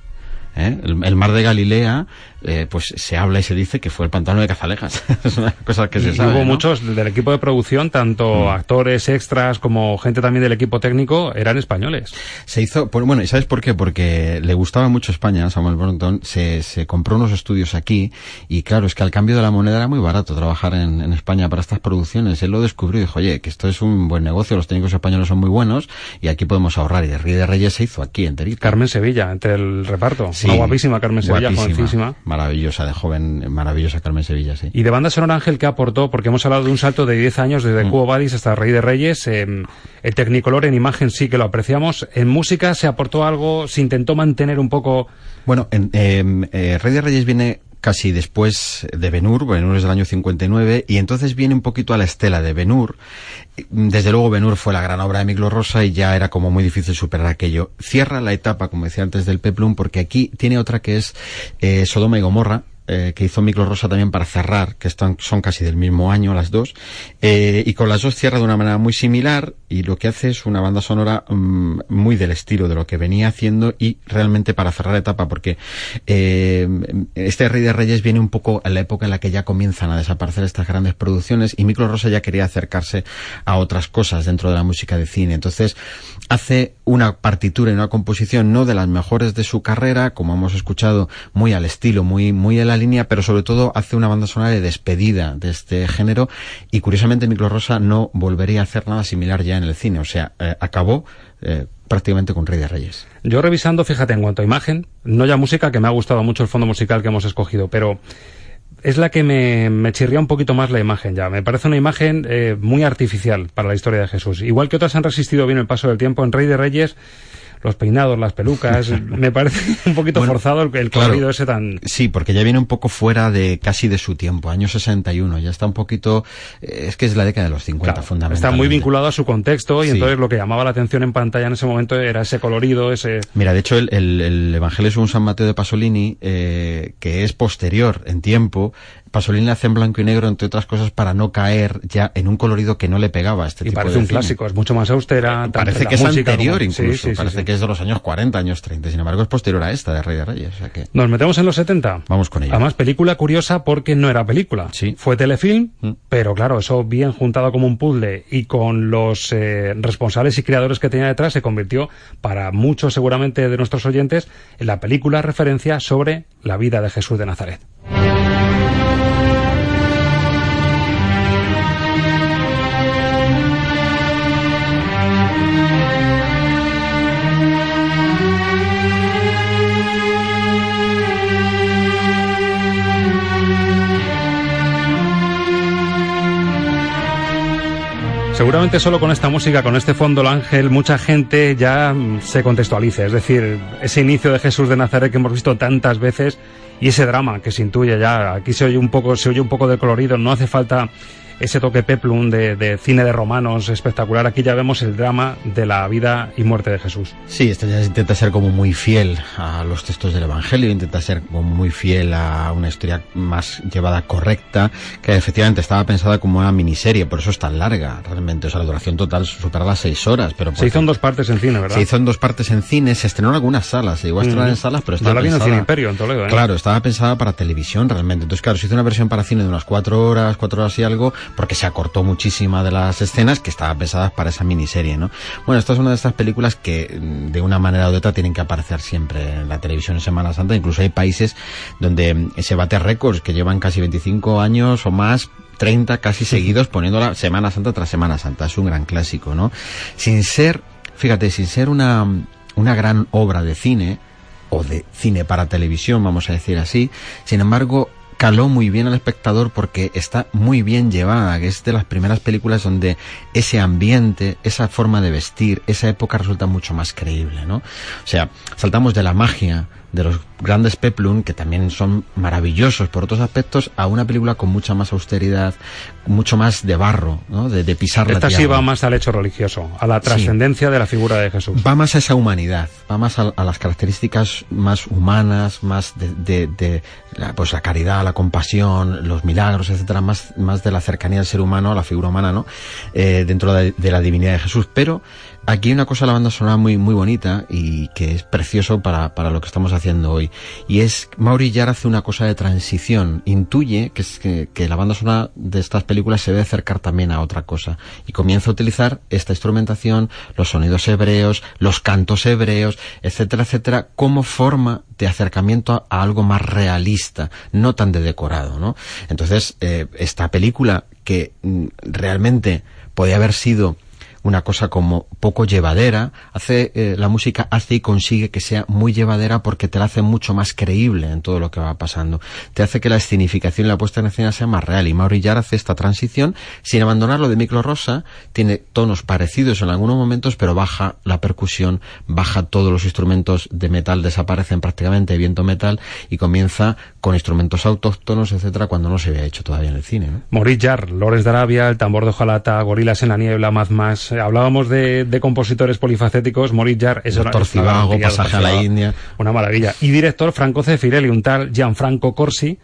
El mar de Galilea, pues se habla y se dice que fue el pantano de Cazalejas. Es una cosa que se sabe, hubo, ¿no? muchos del equipo de producción, tanto actores, extras, como gente también del equipo técnico, eran españoles. Se hizo, bueno, ¿y sabes por qué? Porque le gustaba mucho España, Samuel Bronston, se compró unos estudios aquí, y claro, es que al cambio de la moneda era muy barato trabajar en España para estas producciones. Él lo descubrió y dijo, oye, que esto es un buen negocio, los técnicos españoles son muy buenos, y aquí podemos ahorrar, y de Rey de Reyes se hizo aquí, enterito. Carmen Sevilla, entre el reparto. Sí, una guapísima Carmen Sevilla, jovencísima. Maravillosa, de joven, maravillosa Carmen Sevilla, sí. Y de banda sonora, Ángel, ¿qué aportó? Porque hemos hablado de un salto de 10 años desde Quo Vadis hasta Rey de Reyes. El Technicolor en imagen sí que lo apreciamos. En música se aportó algo, se intentó mantener un poco... Bueno, Rey de Reyes viene casi después de Ben-Hur. Ben-Hur es del año 59, y entonces viene un poquito a la estela de Ben-Hur. Desde luego Ben-Hur fue la gran obra de Miklos Rozsa y ya era como muy difícil superar aquello. Cierra la etapa, como decía antes, del Peplum, porque aquí tiene otra que es Sodoma y Gomorra, que hizo Miklos Rozsa también para cerrar, que son casi del mismo año las dos, y con las dos cierra de una manera muy similar, y lo que hace es una banda sonora muy del estilo de lo que venía haciendo, y realmente para cerrar etapa, porque este Rey de Reyes viene un poco en la época en la que ya comienzan a desaparecer estas grandes producciones, y Miklos Rozsa ya quería acercarse a otras cosas dentro de la música de cine. Entonces hace una partitura y una composición no de las mejores de su carrera, como hemos escuchado, muy al estilo, muy en la línea, pero sobre todo hace una banda sonora de despedida de este género, y curiosamente Miklos Rozsa no volvería a hacer nada similar ya en el cine. O sea, acabó prácticamente con Rey de Reyes. Yo revisando, fíjate, en cuanto a imagen, no ya música, que me ha gustado mucho el fondo musical que hemos escogido, pero es la que me chirría un poquito más la imagen ya. Me parece una imagen muy artificial para la historia de Jesús. Igual que otras han resistido bien el paso del tiempo, en Rey de Reyes, los peinados, las pelucas, me parece un poquito forzado el colorido ese tan... Sí, porque ya viene un poco fuera de casi de su tiempo, año 61, ya está un poquito... es que es la década de los 50, claro, fundamentalmente. Está muy vinculado a su contexto, y sí, entonces lo que llamaba la atención en pantalla en ese momento era ese colorido, ese... Mira, de hecho, el Evangelio según San Mateo de Pasolini, que es posterior en tiempo, Pasolini hace en blanco y negro, entre otras cosas, para no caer ya en un colorido que no le pegaba a este tipo de cine. Y parece un clásico, es mucho más austera. Parece que es anterior incluso, parece que es de los años 40, años 30, sin embargo es posterior a esta de Rey de Reyes. O sea que... ¿Nos metemos en los 70? Vamos con ella. Además, película curiosa porque no era película. Sí. Fue telefilm, pero claro, eso bien juntado como un puzzle y con los responsables y creadores que tenía detrás, se convirtió, para muchos seguramente de nuestros oyentes, en la película referencia sobre la vida de Jesús de Nazaret. Seguramente solo con esta música, con este fondo, el ángel, mucha gente ya se contextualice. Es decir, ese inicio de Jesús de Nazaret que hemos visto tantas veces, y ese drama que se intuye ya. Aquí se oye un poco de colorido, no hace falta ese toque peplum de cine de romanos espectacular. Aquí ya vemos el drama de la vida y muerte de Jesús. Sí, esto ya intenta ser como muy fiel a los textos del Evangelio, intenta ser como muy fiel a una historia más llevada correcta, que efectivamente estaba pensada como una miniserie, por eso es tan larga realmente. O sea, la duración total supera las 6 horas. Pero se hizo en 2 partes en cine, ¿verdad? Se hizo en 2 partes en cine, se estrenó en algunas salas, se llegó a estrenar en salas, pero estaba pensada... en Cine Imperio, en Toledo, ¿eh? Claro, estaba pensada para televisión realmente. Entonces, claro, se hizo una versión para cine de unas 4 horas y algo, porque se acortó muchísima de las escenas que estaban pensadas para esa miniserie, ¿no? Bueno, esta es una de estas películas que de una manera u otra tienen que aparecer siempre en la televisión en Semana Santa. Incluso hay países donde se bate récords, que llevan casi 25 años o más, 30 casi seguidos, poniéndola Semana Santa tras Semana Santa. Es un gran clásico, ¿no? Sin ser una gran obra de cine, o de cine para televisión, vamos a decir así, sin embargo, caló muy bien al espectador porque está muy bien llevada, que es de las primeras películas donde ese ambiente, esa forma de vestir, esa época resulta mucho más creíble, ¿no? O sea, saltamos de la magia, de los grandes peplum, que también son maravillosos por otros aspectos, a una película con mucha más austeridad, mucho más de barro, ¿no? De pisar la tierra. Esta sí va más al hecho religioso, a la trascendencia de la figura de Jesús. Va más a esa humanidad, va más a las características más humanas, más pues la caridad, la compasión, los milagros, etcétera, más de la cercanía del ser humano a la figura humana, ¿no? Dentro de la divinidad de Jesús. Pero aquí hay una cosa, la banda sonora muy bonita, y que es precioso para lo que estamos haciendo hoy, y es Mauri Jarre hace una cosa de transición, intuye que la banda sonora de estas películas se debe acercar también a otra cosa, y comienza a utilizar esta instrumentación, los sonidos hebreos, los cantos hebreos, etcétera, etcétera, como forma de acercamiento a algo más realista, no tan de decorado, ¿no? Entonces, esta película que realmente podía haber sido una cosa como poco llevadera, la música hace y consigue que sea muy llevadera, porque te la hace mucho más creíble en todo lo que va pasando. Te hace que la escenificación y la puesta en escena sea más real, y Mauri Jarre hace esta transición sin abandonar lo de Miklos Rozsa. Tiene tonos parecidos en algunos momentos, pero baja la percusión, baja todos los instrumentos de metal, desaparecen prácticamente, viento metal, y comienza con instrumentos autóctonos, etcétera, cuando no se había hecho todavía en el cine, ¿no? Mauri Jarre, Lores de Arabia, El tambor de hojalata, Gorilas en la niebla, Mad Max. Hablábamos de compositores polifacéticos. Mauri Jarre es Doctor Zivago, Pasaje a la India, una maravilla. Y director Franco Zeffirelli, un tal Gianfranco Corsi,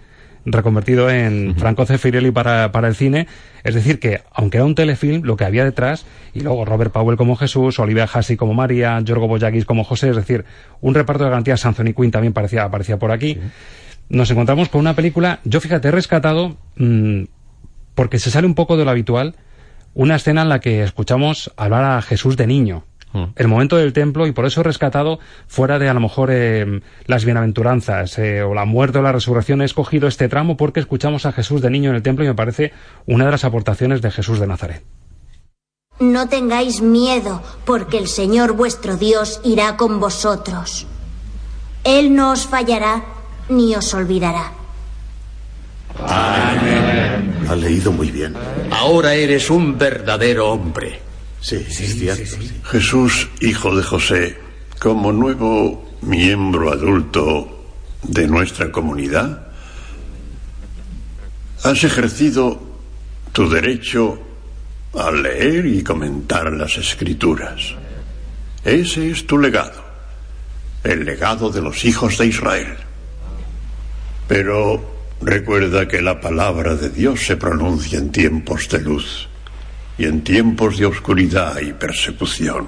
reconvertido en Franco Zeffirelli para el cine. Es decir, que aunque era un telefilm, lo que había detrás, y luego Robert Powell como Jesús, Olivia Hussey como María, Yorgo Boyakis como José, es decir, un reparto de garantías. Anthony Quinn también aparecía por aquí. Sí. Nos encontramos con una película, yo fíjate, he rescatado, porque se sale un poco de lo habitual, una escena en la que escuchamos hablar a Jesús de niño. El momento del templo, y por eso he rescatado, fuera de a lo mejor las bienaventuranzas o la muerte o la resurrección, he escogido este tramo porque escuchamos a Jesús de niño en el templo y me parece una de las aportaciones de Jesús de Nazaret. No tengáis miedo, porque el Señor vuestro Dios irá con vosotros. Él no os fallará ni os olvidará. Amén. Ha leído muy bien. Ahora eres un verdadero hombre. Sí, es cierto. Sí. Jesús, hijo de José, como nuevo miembro adulto de nuestra comunidad, has ejercido tu derecho a leer y comentar las Escrituras. Ese es tu legado, el legado de los hijos de Israel. Pero recuerda que la palabra de Dios se pronuncia en tiempos de luz y en tiempos de oscuridad y persecución.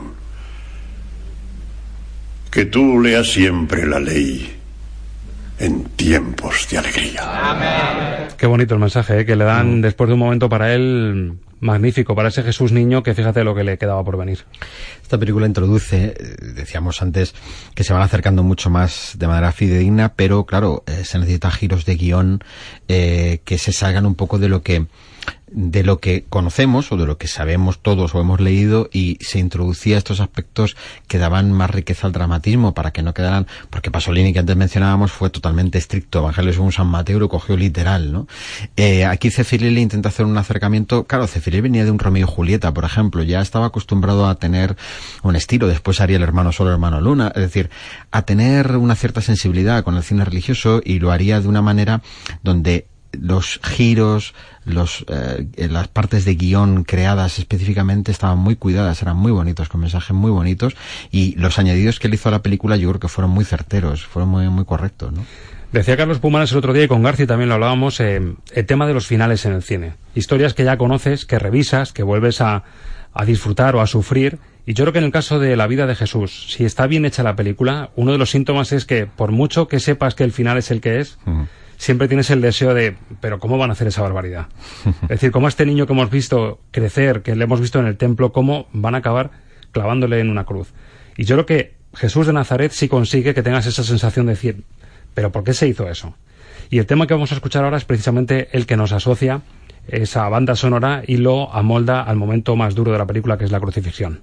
Que tú leas siempre la ley en tiempos de alegría. Amén. Qué bonito el mensaje que le dan después de un momento para él magnífico, para ese Jesús niño, que fíjate lo que le quedaba por venir. Esta película introduce, decíamos antes, que se van acercando mucho más de manera fidedigna, pero claro, se necesita giros de guión que se salgan un poco de lo que conocemos o de lo que sabemos todos o hemos leído, y se introducía estos aspectos que daban más riqueza al dramatismo para que no quedaran, porque Pasolini, que antes mencionábamos, fue totalmente estricto. Evangelio según San Mateo lo cogió literal, ¿no? Aquí Zeffirelli intenta hacer un acercamiento. Claro, Zeffirelli venía de un Romeo y Julieta, por ejemplo, ya estaba acostumbrado a tener un estilo, después haría El hermano sol, el hermano luna, es decir, a tener una cierta sensibilidad con el cine religioso, y lo haría de una manera donde los giros, las partes de guión creadas específicamente estaban muy cuidadas, eran muy bonitos, con mensajes muy bonitos, y los añadidos que él hizo a la película yo creo que fueron muy certeros, fueron muy correctos, ¿no? Decía Carlos Pumares el otro día, y con García también lo hablábamos, el tema de los finales en el cine. Historias que ya conoces, que revisas, que vuelves a disfrutar o a sufrir. Y yo creo que en el caso de la vida de Jesús, si está bien hecha la película, uno de los síntomas es que por mucho que sepas que el final es el que es, siempre tienes el deseo de, pero ¿cómo van a hacer esa barbaridad? Es decir, ¿cómo a este niño que hemos visto crecer, que le hemos visto en el templo, cómo van a acabar clavándole en una cruz? Y yo creo que Jesús de Nazaret sí consigue que tengas esa sensación de decir, ¿pero por qué se hizo eso? Y el tema que vamos a escuchar ahora es precisamente el que nos asocia esa banda sonora y lo amolda al momento más duro de la película, que es la crucifixión.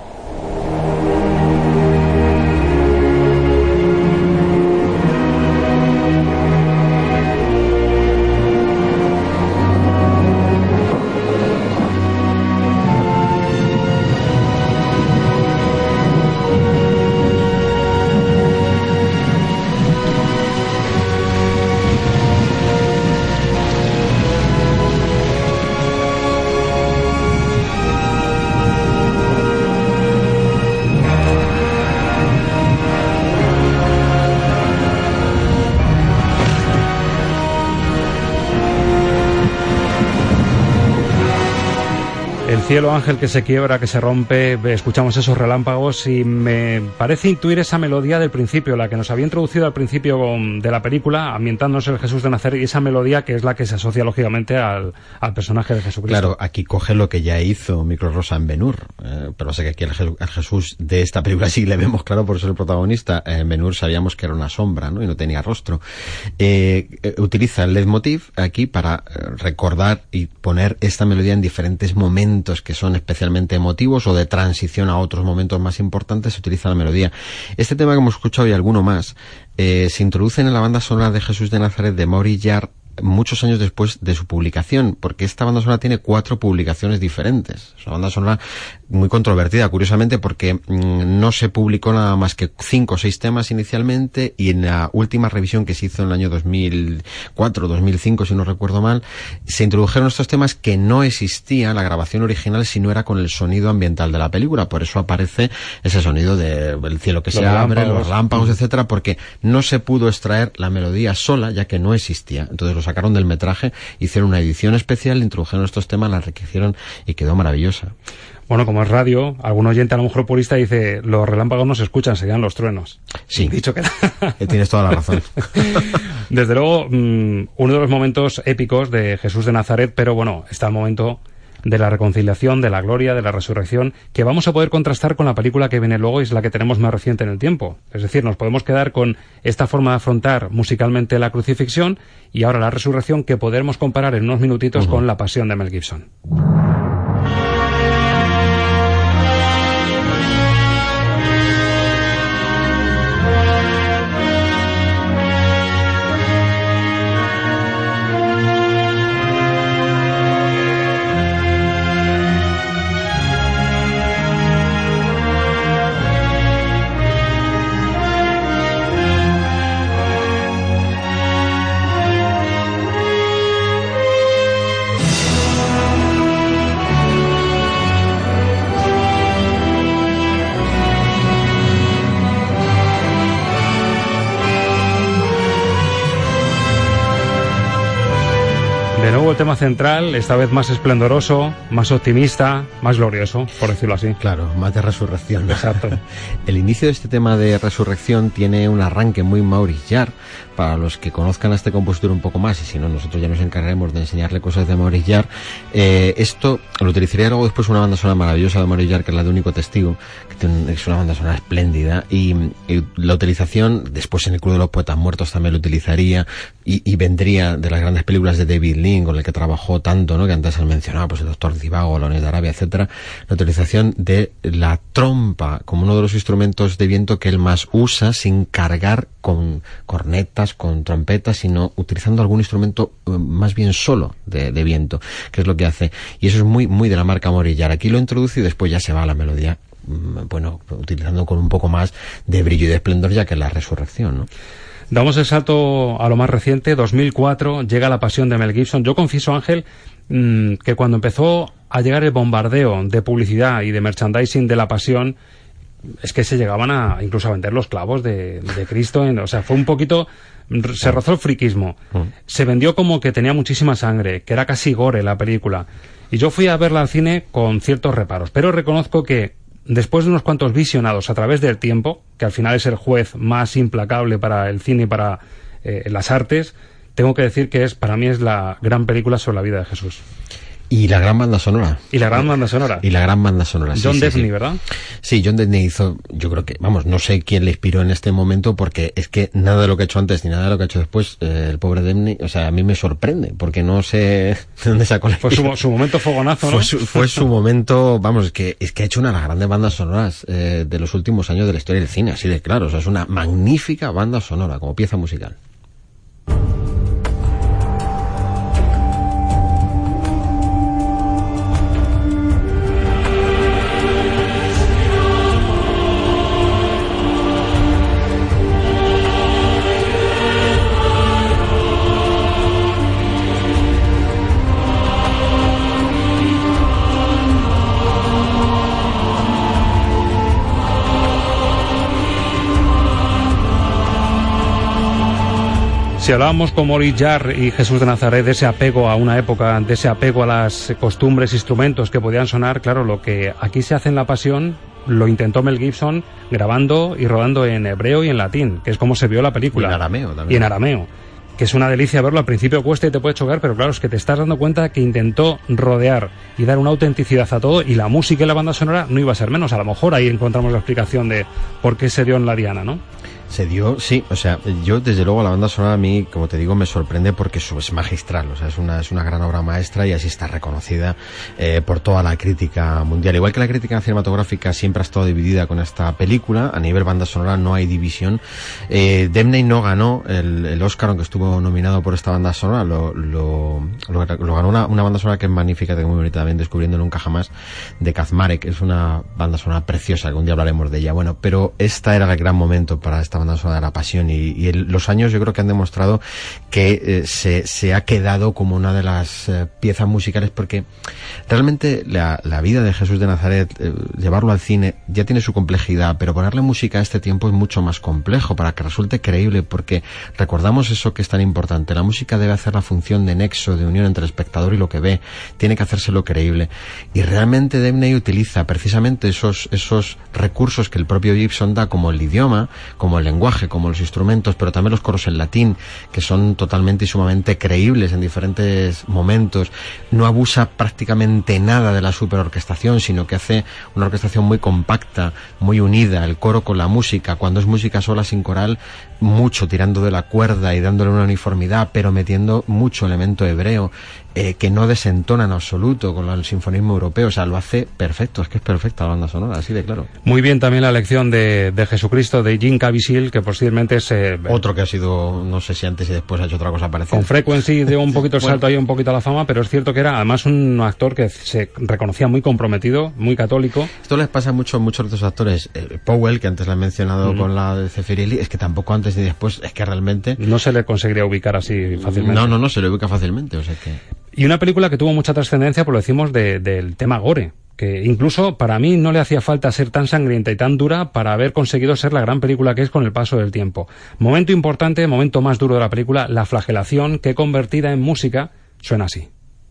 Cielo, ángel que se quiebra, que se rompe, escuchamos esos relámpagos y me parece intuir esa melodía del principio, la que nos había introducido al principio de la película, ambientándonos el Jesús de Nazaret, y esa melodía que es la que se asocia lógicamente al personaje de Jesucristo. Claro, aquí coge lo que ya hizo Micro Rosa en Ben-Hur, pero sé que aquí el Jesús de esta película sí le vemos claro por ser el protagonista. En Ben-Hur sabíamos que era una sombra, ¿no? Y no tenía rostro. Utiliza el leitmotiv aquí para recordar y poner esta melodía en diferentes momentos que son especialmente emotivos o de transición a otros momentos más importantes. Se utiliza la melodía. Este tema que hemos escuchado y alguno más se introducen en la banda sonora de Jesús de Nazaret de Maurice Jarre muchos años después de su publicación, porque esta banda sonora tiene 4 publicaciones diferentes. Es una banda sonora muy controvertida, curiosamente, porque no se publicó nada más que 5 o 6 temas inicialmente, y en la última revisión que se hizo en el año 2004, 2005, si no recuerdo mal, se introdujeron estos temas que no existía la grabación original si no era con el sonido ambiental de la película. Por eso aparece ese sonido del cielo que se abre, los relámpagos, etcétera, porque no se pudo extraer la melodía sola, ya que no existía. Entonces los sacaron del metraje, hicieron una edición especial, introdujeron estos temas, la enriquecieron y quedó maravillosa. Bueno, como es radio, algún oyente a lo mejor purista dice, los relámpagos no se escuchan, serían los truenos. Sí. Dicho que tienes toda la razón. Desde luego, uno de los momentos épicos de Jesús de Nazaret, pero bueno, está el momento de la reconciliación, de la gloria, de la resurrección, que vamos a poder contrastar con la película que viene luego y es la que tenemos más reciente en el tiempo. Es decir, nos podemos quedar con esta forma de afrontar musicalmente la crucifixión y ahora la resurrección, que podremos comparar en unos minutitos con La Pasión de Mel Gibson. De nuevo el tema central, esta vez más esplendoroso, más optimista, más glorioso, por decirlo así. Claro, más de resurrección. Exacto. El inicio de este tema de resurrección tiene un arranque muy Maurice Jarre. Para los que conozcan a este compositor un poco más, y si no, nosotros ya nos encargaremos de enseñarle cosas de Maurice Jarre. Esto lo utilizaría luego después una banda sonora maravillosa de Maurice Jarre, que es la de Único Testigo, que es una banda sonora espléndida, y la utilización, después en El Club de los Poetas Muertos también lo utilizaría, y vendría de las grandes películas de David Lean, con el que trabajó tanto, ¿no?, que antes han mencionado, pues el Doctor Zhivago, Leones de Arabia, etcétera. La utilización de la trompa como uno de los instrumentos de viento que él más usa, sin cargar con cornetas, con trompetas, sino utilizando algún instrumento más bien solo de viento, que es lo que hace. Y eso es muy muy de la marca Maurice Jarre. Aquí lo introduce y después ya se va a la melodía, bueno, utilizando con un poco más de brillo y de esplendor, ya que es la resurrección, ¿no? Damos el salto a lo más reciente, 2004, llega La Pasión de Mel Gibson. Yo confieso, Ángel, que cuando empezó a llegar el bombardeo de publicidad y de merchandising de La Pasión, es que se llegaban incluso a vender los clavos de Cristo. O sea, fue un poquito... Se rozó el friquismo. Se vendió como que tenía muchísima sangre, que era casi gore la película. Y yo fui a verla al cine con ciertos reparos. Pero reconozco que después de unos cuantos visionados a través del tiempo, que al final es el juez más implacable para el cine y para las artes, tengo que decir que para mí es la gran película sobre la vida de Jesús. Y la gran banda sonora. Y la gran banda sonora. Y la gran banda sonora. John Debney, ¿verdad? Sí, John Debney hizo, yo creo que, vamos, no sé quién le inspiró en este momento, porque es que nada de lo que ha hecho antes ni nada de lo que ha hecho después, el pobre Debney, o sea, a mí me sorprende, porque no sé de dónde sacó la... Fue su momento fogonazo, ¿no? Fue su momento, vamos, es que ha hecho una de las grandes bandas sonoras de los últimos años de la historia del cine, así de claro. O sea, es una magnífica banda sonora como pieza musical. Si hablábamos con Maurice Jarre y Jesús de Nazaret de ese apego a una época, de ese apego a las costumbres, instrumentos que podían sonar, claro, lo que aquí se hace en La Pasión lo intentó Mel Gibson grabando y rodando en hebreo y en latín, que es como se vio la película. Y en arameo también. Y en arameo, que es una delicia verlo. Al principio cuesta y te puede chocar, pero claro, es que te estás dando cuenta que intentó rodear y dar una autenticidad a todo, y la música y la banda sonora no iba a ser menos. A lo mejor ahí encontramos la explicación de por qué se dio en la diana, ¿no? Se dio, sí, o sea, yo desde luego la banda sonora a mí, como te digo, me sorprende porque es magistral, o sea, es una gran obra maestra y así está reconocida por toda la crítica mundial. Igual que la crítica cinematográfica siempre ha estado dividida con esta película, a nivel banda sonora no hay división. Debney no ganó el Oscar, aunque estuvo nominado por esta banda sonora, lo ganó una banda sonora que es magnífica, que muy bonita también, Descubriendo Nunca Jamás, de Kazmarek. Es una banda sonora preciosa, algún día hablaremos de ella. Bueno, pero era el gran momento para esta esta banda sonora de La Pasión, y los años yo creo que han demostrado que se ha quedado como una de las piezas musicales, porque realmente la vida de Jesús de Nazaret, llevarlo al cine ya tiene su complejidad, pero ponerle música a este tiempo es mucho más complejo para que resulte creíble, porque recordamos eso que es tan importante: la música debe hacer la función de nexo, de unión entre el espectador y lo que ve, tiene que hacérselo creíble, y realmente Debney utiliza precisamente esos recursos que el propio Gibson da, como el idioma, como el lenguaje, como los instrumentos, pero también los coros en latín, que son totalmente y sumamente creíbles en diferentes momentos. No abusa prácticamente nada de la superorquestación, sino que hace una orquestación muy compacta, muy unida, el coro con la música, cuando es música sola sin coral, mucho tirando de la cuerda y dándole una uniformidad, pero metiendo mucho elemento hebreo, que no desentona en absoluto con el sinfonismo europeo. O sea, lo hace perfecto, es que es perfecta la banda sonora, así de claro. Muy bien también la elección de Jesucristo, de Jim Caviezel, que posiblemente es... otro que ha sido, no sé si antes y después ha hecho otra cosa parecida. Con Frequency dio un poquito el salto ahí, un poquito a la fama, pero es cierto que era además un actor que se reconocía muy comprometido, muy católico. Esto les pasa mucho a muchos de estos actores. Powell, que antes le he mencionado con la de Zeffirelli, es que tampoco antes ni después, es que realmente... no se le conseguiría ubicar así fácilmente. No se le ubica fácilmente, o sea que... Y una película que tuvo mucha trascendencia, pues lo decimos, del tema gore, que incluso para mí no le hacía falta ser tan sangrienta y tan dura para haber conseguido ser la gran película que es con el paso del tiempo. Momento importante, momento más duro de la película, la flagelación, que convertida en música suena así.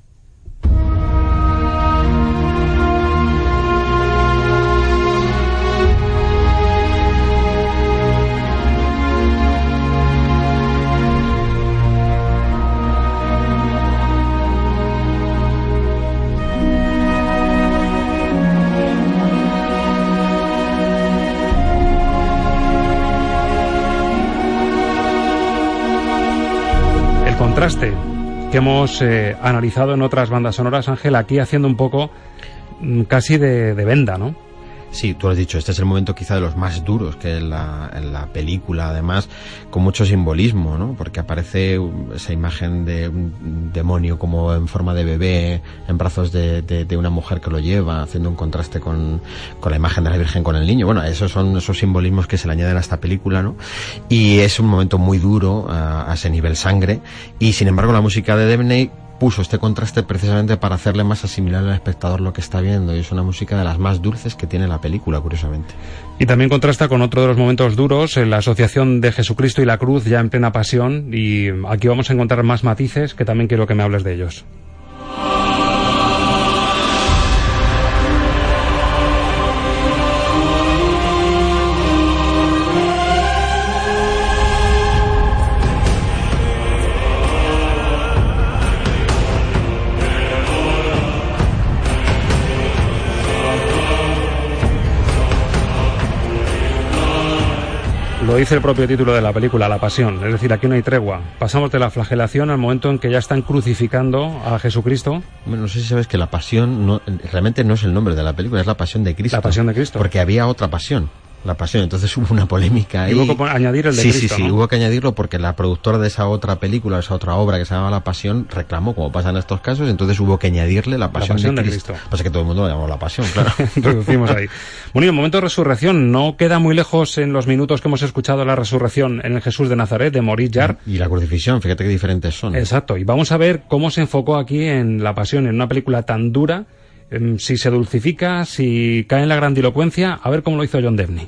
Contraste que hemos analizado en otras bandas sonoras, Ángel, aquí haciendo un poco casi de venda, ¿no? Sí, tú lo has dicho, este es el momento quizá de los más duros que en la película, además con mucho simbolismo, ¿no? Porque aparece esa imagen de un demonio como en forma de bebé en brazos de una mujer que lo lleva, haciendo un contraste con la imagen de la Virgen con el niño. Bueno, esos son esos simbolismos que se le añaden a esta película, ¿no? Y es un momento muy duro a ese nivel sangre, y sin embargo la música de Debney puso este contraste precisamente para hacerle más asimilar al espectador lo que está viendo, y es una música de las más dulces que tiene la película, curiosamente. Y también contrasta con otro de los momentos duros, la asociación de Jesucristo y la cruz ya en plena pasión, y aquí vamos a encontrar más matices que también quiero que me hables de ellos. Lo dice el propio título de la película, La Pasión, es decir, aquí no hay tregua. Pasamos de la flagelación al momento en que ya están crucificando a Jesucristo. Bueno, no sé si sabes que La Pasión realmente no es el nombre de la película, es La Pasión de Cristo. La Pasión de Cristo. Porque había otra pasión. La Pasión, entonces hubo una polémica ahí. Y hubo que añadir el de Cristo, Sí, ¿no? hubo que añadirlo porque la productora de esa otra película, esa otra obra que se llamaba La Pasión, reclamó, como pasa en estos casos, entonces hubo que añadirle La Pasión de Cristo. Pasa que todo el mundo lo llamó La Pasión, claro. Reducimos ahí. Bueno, y el momento de resurrección no queda muy lejos en los minutos que hemos escuchado la resurrección en el Jesús de Nazaret, de Maurice Jarre. Y la crucifixión, fíjate qué diferentes son. Exacto, y vamos a ver cómo se enfocó aquí en La Pasión, en una película tan dura, si se dulcifica, si cae en la grandilocuencia, a ver cómo lo hizo John Debney.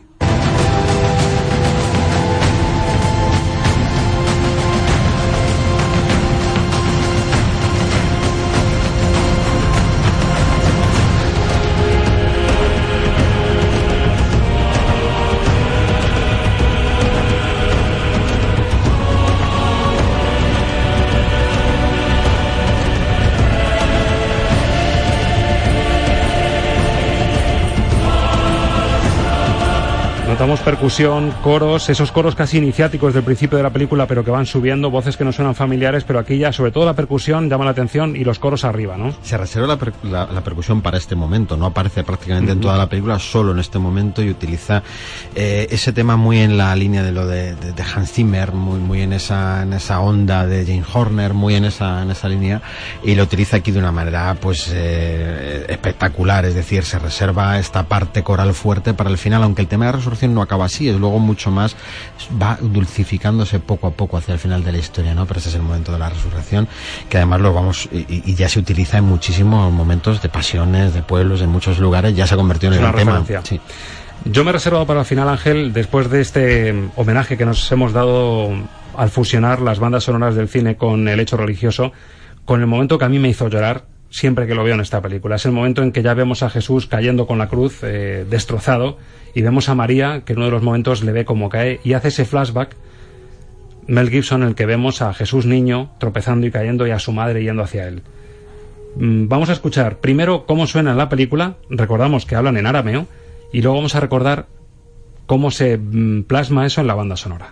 Notamos percusión, coros, esos coros casi iniciáticos del principio de la película, pero que van subiendo, voces que no suenan familiares, pero aquí ya, sobre todo la percusión, llama la atención, y los coros arriba, ¿no? Se reserva la percusión para este momento, no aparece prácticamente en toda la película, solo en este momento, y utiliza ese tema muy en la línea de lo de Hans Zimmer, muy en esa onda de James Horner, muy en esa línea, y lo utiliza aquí de una manera pues espectacular, es decir, se reserva esta parte coral fuerte para el final, aunque el tema de la resurrección resurrección no acaba así, es luego mucho más, va dulcificándose poco a poco hacia el final de la historia, ¿no? Pero ese es el momento de la resurrección, que además lo vamos, y ya se utiliza en muchísimos momentos de pasiones, de pueblos, en muchos lugares, ya se ha convertido en el tema. Sí. Yo me he reservado para el final, Ángel, después de este homenaje que nos hemos dado al fusionar las bandas sonoras del cine con el hecho religioso, con el momento que a mí me hizo llorar siempre que lo veo en esta película. Es el momento en que ya vemos a Jesús cayendo con la cruz, destrozado, y vemos a María, que en uno de los momentos le ve como cae, y hace ese flashback, Mel Gibson, en el que vemos a Jesús niño tropezando y cayendo, y a su madre yendo hacia él. Vamos a escuchar primero cómo suena en la película, recordamos que hablan en arameo, y luego vamos a recordar cómo se plasma eso en la banda sonora.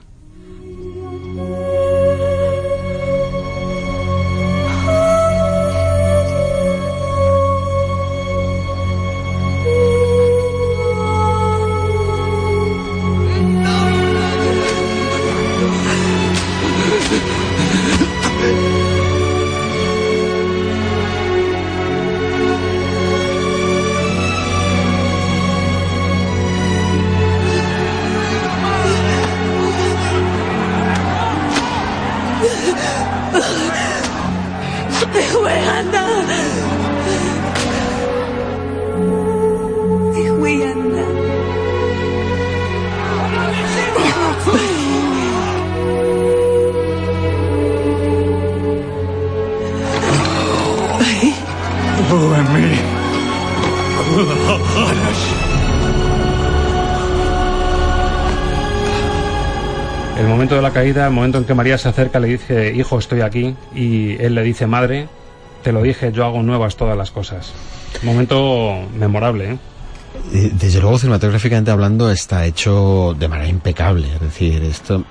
El momento de la caída, el momento en que María se acerca, le dice: hijo, estoy aquí, y él le dice: madre, te lo dije, yo hago nuevas todas las cosas. Momento memorable, ¿eh? Desde luego, cinematográficamente hablando, está hecho de manera impecable. Es decir, esto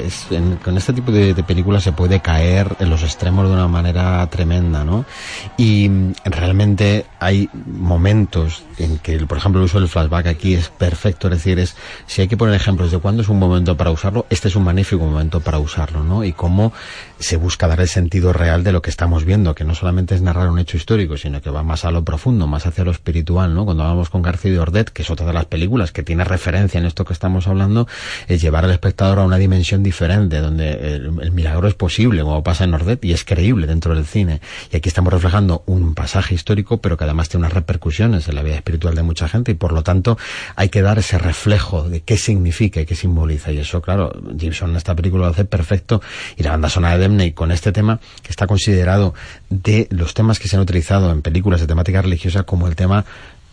con este tipo de películas se puede caer en los extremos de una manera tremenda, ¿no? Y realmente hay momentos en que, por ejemplo, el uso del flashback aquí es perfecto. Es decir, si hay que poner ejemplos de cuándo es un momento para usarlo, este es un magnífico momento para usarlo, ¿no? Y cómo se busca dar el sentido real de lo que estamos viendo, que no solamente es narrar un hecho histórico, sino que va más a lo profundo, más hacia lo espiritual, ¿no? Cuando hablamos con García de Ordet, que es otra de las películas que tiene referencia en esto que estamos hablando, es llevar al espectador a una dimensión diferente, donde el milagro es posible, como pasa en Ordet, y es creíble dentro del cine. Y aquí estamos reflejando un pasaje histórico, pero que además tiene unas repercusiones en la vida espiritual de mucha gente, y por lo tanto hay que dar ese reflejo de qué significa y qué simboliza. Y eso, claro, Gibson en esta película lo hace perfecto, y la banda sonora de Debney con este tema, que está considerado de los temas que se han utilizado en películas de temática religiosa como el tema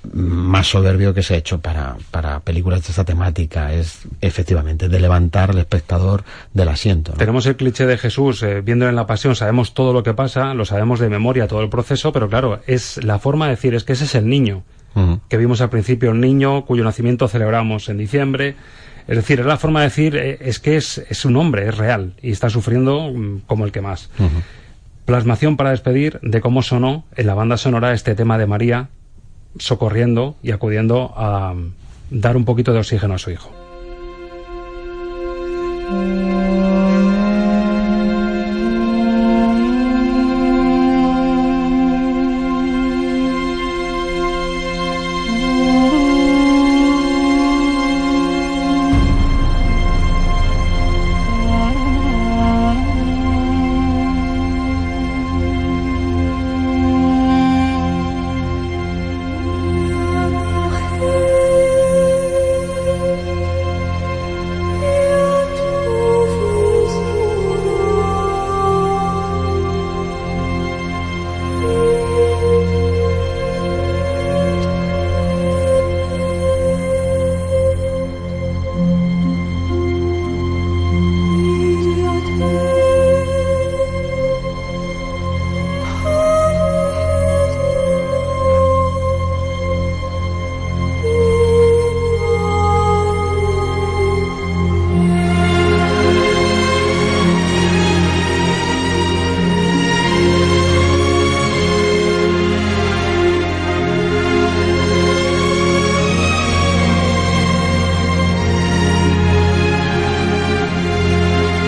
más soberbio que se ha hecho para películas de esta temática. Es efectivamente de levantar al espectador del asiento, ¿no? Tenemos el cliché de Jesús viéndolo en la pasión, sabemos todo lo que pasa, lo sabemos de memoria, todo el proceso, pero claro, es la forma de decir, es que ese es el niño que vimos al principio, el niño cuyo nacimiento celebramos en diciembre. Es decir, es la forma de decir, es que es un hombre, es real, y está sufriendo como el que más. Plasmación para despedir de cómo sonó en la banda sonora este tema de María socorriendo y acudiendo a dar un poquito de oxígeno a su hijo.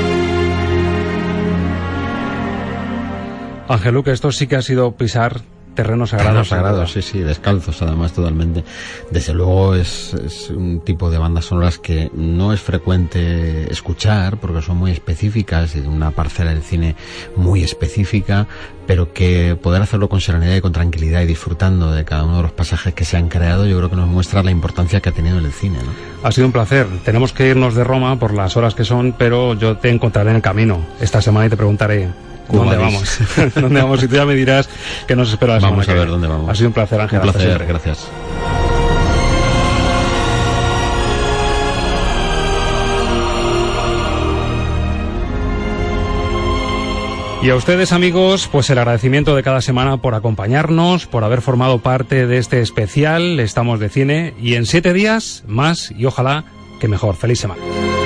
Ángel Luque, esto sí que ha sido pisar terreno sagrado. Terreno sagrado, sí, descalzos además totalmente. Desde luego es un tipo de bandas sonoras que no es frecuente escuchar porque son muy específicas y de una parcela del cine muy específica, pero que poder hacerlo con serenidad y con tranquilidad y disfrutando de cada uno de los pasajes que se han creado, yo creo que nos muestra la importancia que ha tenido en el cine, ¿no? Ha sido un placer. Tenemos que irnos de Roma por las horas que son, pero yo te encontraré en el camino esta semana y te preguntaré ¿dónde vamos? ¿Dónde vamos? Y tú ya me dirás que nos espera la semana. Vamos a ver dónde vamos. Ha sido un placer, Ángel. Un placer, gracias. Y a ustedes, amigos, pues el agradecimiento de cada semana por acompañarnos, por haber formado parte de este especial Estamos de Cine, y en 7 días más, y ojalá que mejor. Feliz semana.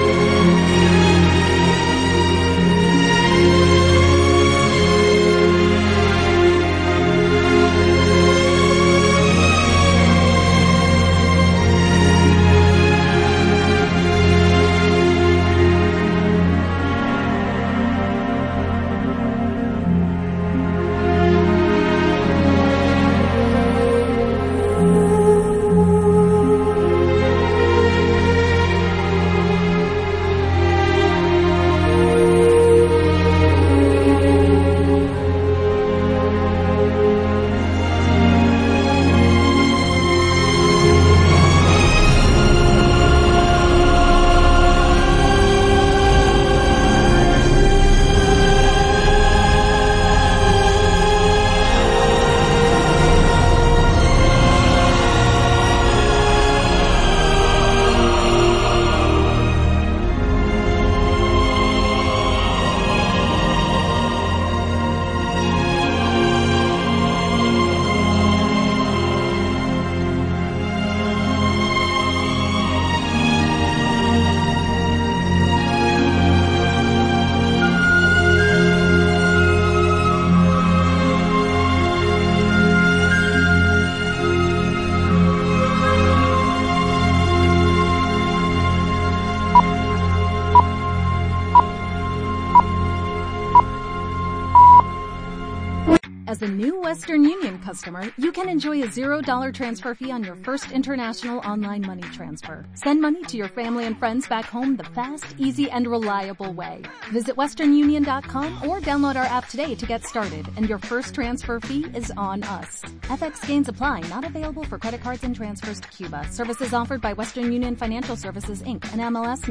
As a new Western Union customer, you can enjoy a $0 transfer fee on your first international online money transfer. Send money to your family and friends back home the fast, easy, and reliable way. Visit westernunion.com or download our app today to get started, and your first transfer fee is on us. FX gains apply, not available for credit cards and transfers to Cuba. Services offered by Western Union Financial Services, Inc., and MLS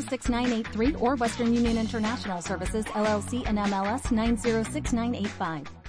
906983, or Western Union International Services, LLC, and MLS 906985.